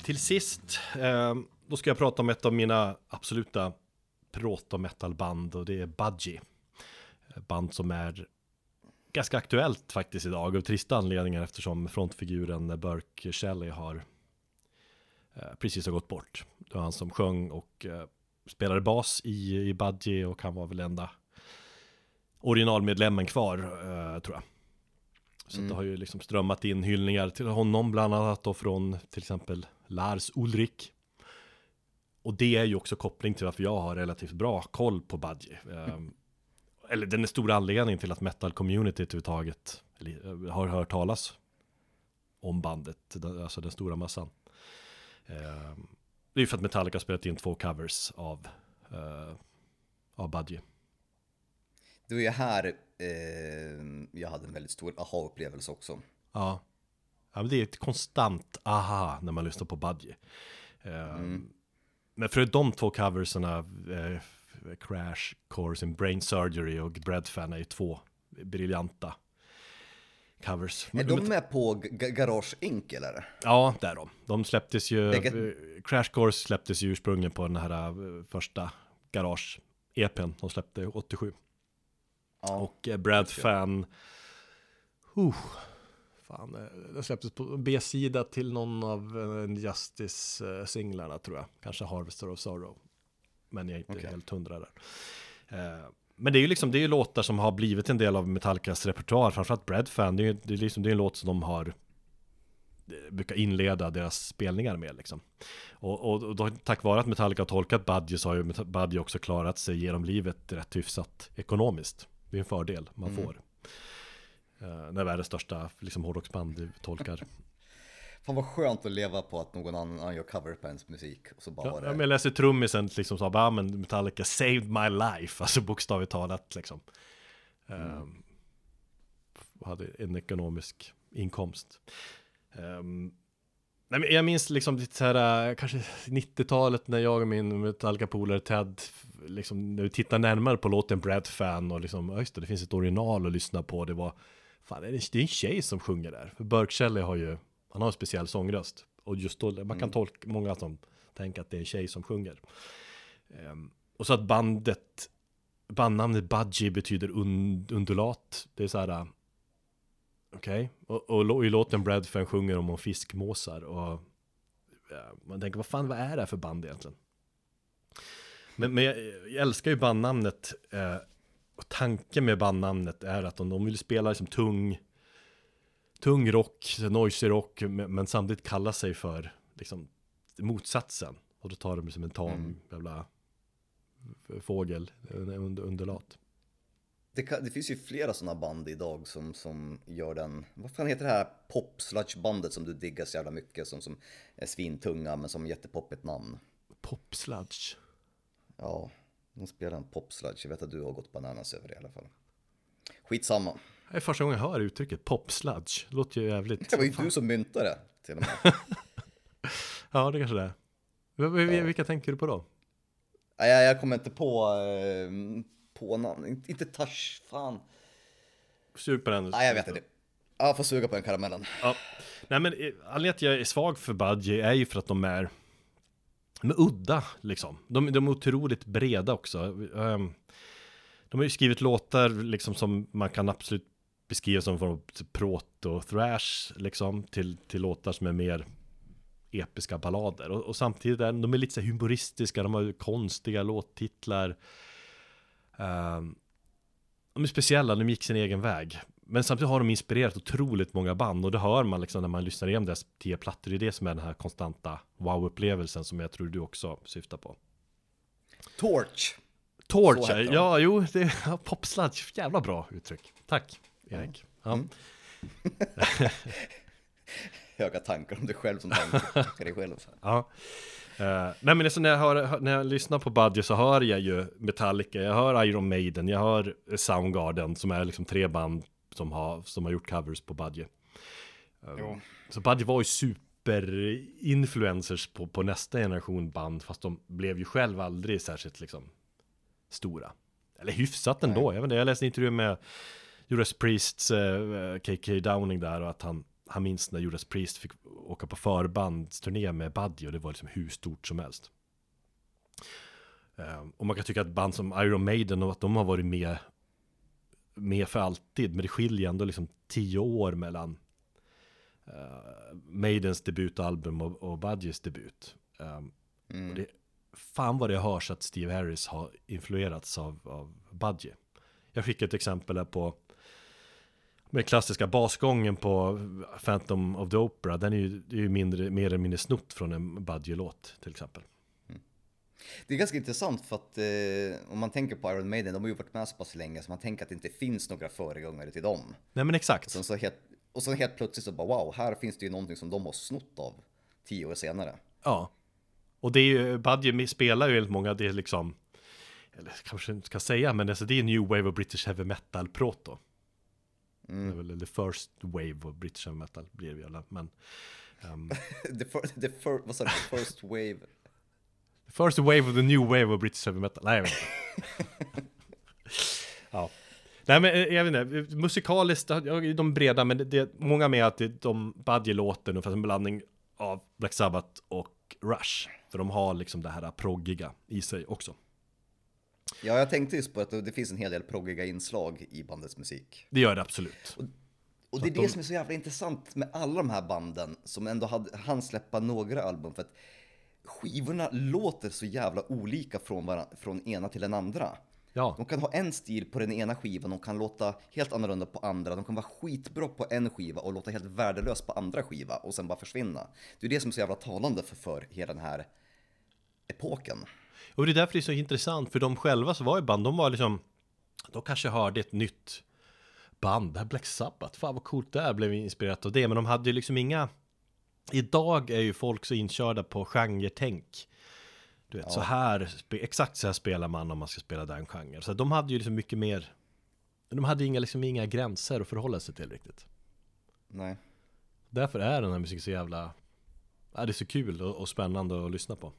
till sist, eh, då ska jag prata om ett av mina absoluta proto-metal-band, och det är Budgie. Band som är ganska aktuellt faktiskt idag av trista anledningar, eftersom frontfiguren Burke Shelley har eh, precis har gått bort. Det var han som sjöng och eh, spelade bas i, i Budgie, och han var väl enda originalmedlemmen kvar, eh, tror jag. Så mm. det har ju liksom strömmat in hyllningar till honom, bland annat då från till exempel Lars Ulrich. Och det är ju också koppling till varför jag har relativt bra koll på Budgie. Mm. Eller den är stora anledningen till att metal community överhuvudtaget har hört talas om bandet, alltså den stora massan. Det är ju för att Metallica har spelat in två covers av, av Budgie. Det var ju här eh, jag hade en väldigt stor aha-upplevelse också. Ja. Ja, men det är ett konstant aha när man lyssnar på Budgie. Eh, mm. Men för de två coverserna, eh, Crash Course in Brain Surgery och Breadfan, är ju två briljanta covers. Är de med på G- Garage Inc eller? Ja, det är de. De släpptes ju, Vilket... Crash Course släpptes ju ursprungligen på den här första Garage-E P:n de släppte åttiosju. Ja, och eh, Brad Fan uh, fan, det släpptes på B-sida till någon av uh, Justice-singlarna, tror jag. Kanske Harvester of Sorrow. Men jag är inte okay. helt hundra där. Uh, men det är ju liksom, det är ju låtar som har blivit en del av Metallicas repertoar. Framförallt Brad Fan, det är ju det är liksom, det är en låt som de har brukar inleda deras spelningar med liksom. Och, och, och då, tack vare att Metallica har tolkat Budgie, så har ju Budgie också klarat sig genom livet rätt hyfsat ekonomiskt. Det är en fördel man mm. får uh, när världens största liksom, hårdrocksband tolkar. Fan vad skönt att leva på att någon annan gör cover på ens musik. Och så bara ja, det... ja, men jag läser trummisen liksom, sa bara, men Metallica saved my life, alltså bokstavligt talat liksom. Mm. Um, hade en ekonomisk inkomst. Um, nej, men jag minns liksom lite så här, kanske nittiotalet, när jag och min Metallica-polare Ted liksom, när vi tittar närmare på låten Brad Fan, och liksom, just det, det finns ett original att lyssna på. Det var, fan, det är en tjej som sjunger där. För Burke Shelley har ju, han har en speciell sångröst. Och just då, man kan mm. tolka, många som tänker att det är en tjej som sjunger. Um, och så att bandet, bandnamnet Budgie betyder und, undulat. Det är så här... Okej, okay. och, och i låten Brad Fan sjunger om, om fiskmåsar, och ja, man tänker, vad fan, vad är det här för band egentligen? Men, men jag, jag älskar ju bandnamnet, eh, och tanken med bandnamnet är att om de vill spela liksom tung tung rock, noisy rock, men, men samtidigt kalla sig för liksom motsatsen, och då tar de som en tam mm. jävla fågel under, underlat. Det, kan, det finns ju flera sådana band idag som, som gör den, vad fan heter det här pop-sludge-bandet som du diggar så jävla mycket, som, som är svintunga men som jättepoppigt namn. Pop-sludge? Ja, de spelar en pop-sludge. Jag vet att du har gått bananas över det i alla fall. Skitsamma. Det är första gången jag hör uttrycket pop-sludge. Det låter ju jävligt... Det var ju fan. Du som myntade det till och med. Ja, det kanske det är. Ja. Vilka tänker du på då? Nej, jag kommer inte på... Eh, på namn, inte touch, fan. Sug på den. Nej, jag vet inte. Jag får suga på den karamellen. Ja. Nej, men anledningen att jag är svag för Budgie är ju för att de är, de är udda, liksom. De, de är otroligt breda också. Um, de har ju skrivit låtar liksom som man kan absolut beskriva som från proto-thrash, liksom, till, till låtar som är mer episka ballader. Och, och samtidigt är de är lite så humoristiska, de har konstiga låttitlar. Uh, de är speciella, de gick sin egen väg. Men samtidigt har de inspirerat otroligt många band. Och det hör man liksom när man lyssnar igenom deras tio plattor. Det är det som är den här konstanta wow-upplevelsen som jag tror du också syftar på. Torch. Torch, ja, ja, jo, det är popsludge. Jävla bra uttryck. Tack, Erik. Ja. Mm. Höga tankar om dig själv som tankar dig själv. Ja. Uh, nej, men alltså när, jag hör, när jag lyssnar på Budgie så hör jag ju Metallica, jag hör Iron Maiden, jag hör Soundgarden, som är liksom tre band som har, som har gjort covers på Budgie. Um, så Budgie var ju super-influencers på, på nästa generation band, fast de blev ju själv aldrig särskilt liksom stora. Eller hyfsat ändå. Jag vet inte, jag läste en intervju med Judas Priests uh, K K Downing där, och att han han minns när Judas Priest fick åka på förbandsturné med Budgie och det var liksom hur stort som helst. Uh, och man kan tycka att band som Iron Maiden och att de har varit med, med för alltid, men det skiljer ändå liksom tio år mellan uh, Maidens debutalbum och, och Budgies debut. Um, mm. och det, fan vad det hörs att Steve Harris har influerats av, av Budgie. Jag fick ett exempel här på med klassiska basgången på Phantom of the Opera. Den är ju, det är ju mindre, mer eller mindre snott från en Budgie-låt till exempel. Mm. Det är ganska intressant för att eh, om man tänker på Iron Maiden, de har ju varit med så pass länge så man tänker att det inte finns några föregångare till dem. Nej men exakt. Och sen så helt, och sen helt plötsligt så bara wow, här finns det ju någonting som de har snott av tio år senare. Ja. Och det är ju, Budgie spelar ju helt många, det är liksom, eller kanske inte ska säga, men alltså det är New Wave of British Heavy Metal proto. Mm. Det är väl the first wave of British Heavy Metal blir det väl, men um, the, fir- the, fir- vad sa du? The first wave the first wave of the new wave of British Heavy Metal. Nej, jag vet inte. Ja. Nej, men jag vet inte, musikaliskt, de breda, men det, det många med att det, de Budgie låter ungefär en blandning av Black Sabbath och Rush, för de har liksom det här proggiga i sig också. Ja, jag tänkte just på att det finns en hel del proggiga inslag i bandets musik. Det gör det absolut. Och, och det är det de... som är så jävla intressant med alla de här banden som ändå hade, han släppa några album, för att skivorna låter så jävla olika från, varandra, från ena till den andra. Ja. De kan ha en stil på den ena skivan, de kan låta helt annorlunda på andra, de kan vara skitbra på en skiva och låta helt värdelös på andra skiva och sen bara försvinna. Det är det som är så jävla talande för, för hela den här epoken. Och det är därför det är så intressant, för de själva så var i band, de var liksom, de kanske hörde ett nytt band, det här Black Sabbath, fan vad coolt det är, blev inspirerat av det, men de hade ju liksom inga, idag är ju folk så inkörda på genre-tänk. Du vet, ja. så här, exakt så här spelar man om man ska spela den genre. Så de hade ju liksom mycket mer, de hade inga, liksom inga gränser att förhålla sig till riktigt. Nej. Därför är den här musiken så jävla, ja, det är så kul och, och spännande att lyssna på.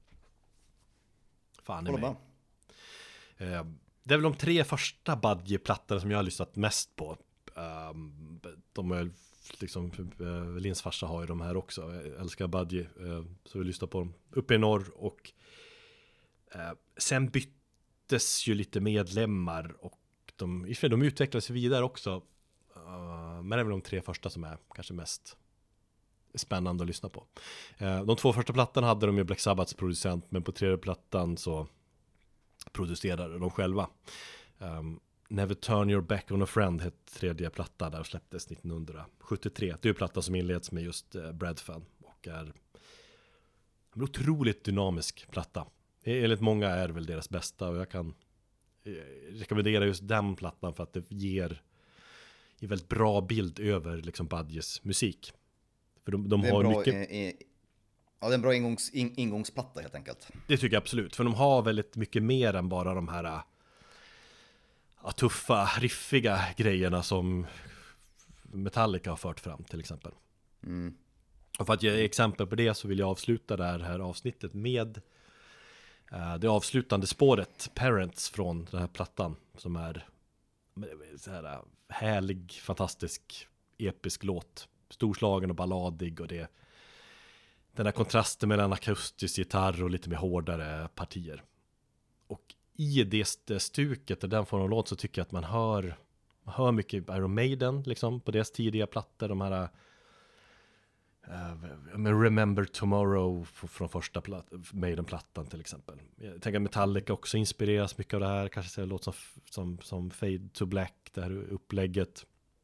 Fan är mig. Eh, det är väl de tre första Budgie-plattorna som jag har lyssnat mest på. Um, de är liksom, uh, Lins farsa har ju de här också. Jag älskar Budgie, uh, så vi lyssnar på dem uppe i norr. Och uh, sen byttes ju lite medlemmar och de, i och för sig, de utvecklades vidare också. Uh, men det är väl de tre första som är kanske mest spännande att lyssna på. Uh, de två första plattan hade de ju Black Sabbaths producent, men på tredje plattan så producerade de själva. Um, Never Turn Your Back on a Friend hette tredje platta, där släpptes nittonhundrasjuttiotre. Det är ju platta som inleds med just uh, Brad Fan och är en otroligt dynamisk platta. Enligt många är det väl deras bästa, och jag kan eh, rekommendera just den plattan för att det ger en väldigt bra bild över liksom Budgies musik. För de, de har bra, mycket... eh, eh, ja, det är en bra ingångs, in, ingångsplatta helt enkelt. Det tycker jag absolut, för de har väldigt mycket mer än bara de här ja, tuffa, riffiga grejerna som Metallica har fört fram till exempel. Mm. Och för att ge exempel på det så vill jag avsluta det här, här avsnittet med uh, det avslutande spåret Parents från den här plattan, som är så här uh, härlig, fantastisk, episk låt. Storslagen och balladig, och det den här kontrasten mellan akustisk gitarr och lite mer hårdare partier. Och i det stuket och den formen av låt så tycker jag att man hör man hör mycket Iron Maiden liksom på deras tidiga plattor, de här uh, Remember Tomorrow från första platt, Maiden-plattan till exempel. Jag tänker att Metallica också inspireras mycket av det här, kanske säger låt som, som, som Fade to Black, det här upplägget.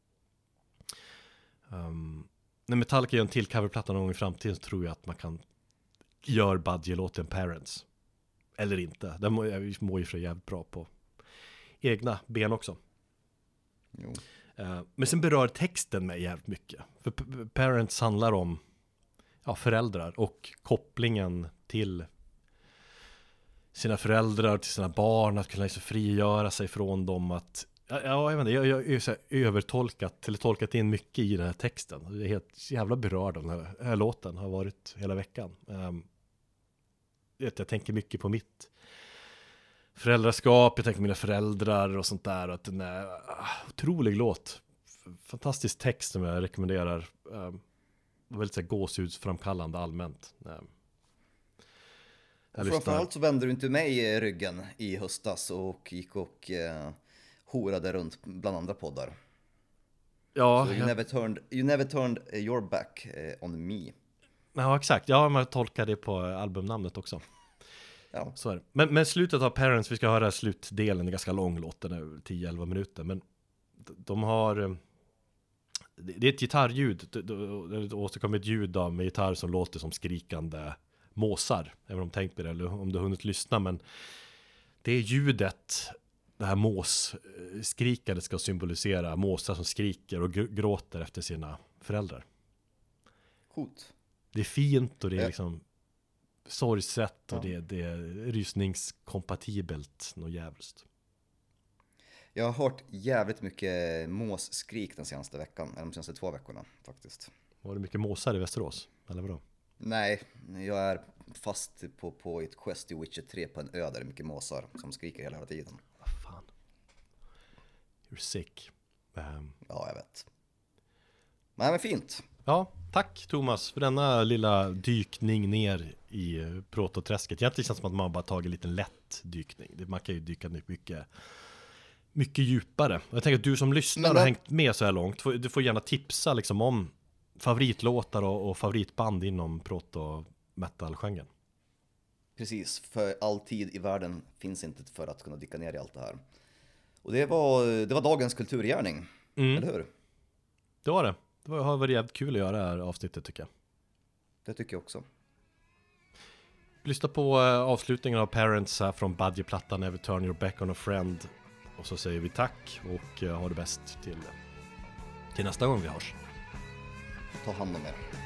Um, när Metallica gör en till coverplatta någon gång i framtiden så tror jag att man kan göra Budgie-låten Parents. Eller inte. Den må, jag mår ju för jävligt bra på egna ben också. Jo. Uh, men sen berör texten mig jävligt mycket. För P- Parents handlar om ja, föräldrar och kopplingen till sina föräldrar, till sina barn, att kunna liksom frigöra sig från dem, att ja, jag vet inte, jag, jag är så här övertolkat eller tolkat in mycket i den här texten. Jag är helt jävla berörd av den här, den här låten, har varit hela veckan. Um, jag, jag tänker mycket på mitt föräldraskap, jag tänker på mina föräldrar och sånt där, och att den är uh, otrolig låt. fantastisk text som jag rekommenderar. Um, väldigt så här gåshudsframkallande allmänt. Um, och framförallt så vände du inte mig ryggen i höstas och gick och eh, horade runt bland andra poddar. Ja, so you, jag... never turned, you never turned your back eh, on me. Ja, exakt. Ja, man tolkar det på albumnamnet också. Ja. Så är det. Men, men slutet av Parents, vi ska höra slutdelen, är ganska lång låt, den är tio elva minuter. Men de har... Det är ett gitarrljud, det återkommer ett ljud av med gitarr som låter som skrikande måsar. Även om tänkt på det, eller om du har hunnit lyssna. Men det är ljudet, det här måsskrikandet ska symbolisera måsar som skriker och gråter efter sina föräldrar. Coolt. Det är fint och det är liksom sorgset och ja. det, det är rysningskompatibelt något jävligt. Jag har hört jävligt mycket måsskrik den senaste veckan, eller de senaste två veckorna faktiskt. Var det mycket måsar i Västerås? Eller vadå? Nej, jag är fast på, på ett quest i Witcher tre på en ö där det är mycket måsar som skriker hela tiden. Vad fan? You're sick. Um... Ja, jag vet. Nej, men fint. Ja, tack Thomas för denna lilla dykning ner i prototräsket. Egentligen känns det som att man bara tagit en liten lätt dykning. Man kan ju dyka ner mycket, mycket djupare. Jag tänker att du som lyssnar och hängt med så här långt, du får gärna tipsa liksom om favoritlåtar och, och favoritband inom proto-metal-genren. Precis, för all tid i världen finns inte för att kunna dyka ner i allt det här. Och det var, det var dagens kulturgärning, mm. eller hur? Det var det. Det har varit jävligt kul att göra det här avsnittet tycker jag. Det tycker jag också. Lyssna på avslutningen av Parents här från Budgie-plattan Never Turn Your Back on a Friend. Och så säger vi tack och ha det bäst till, till nästa gång vi hörs. Ta hand om er.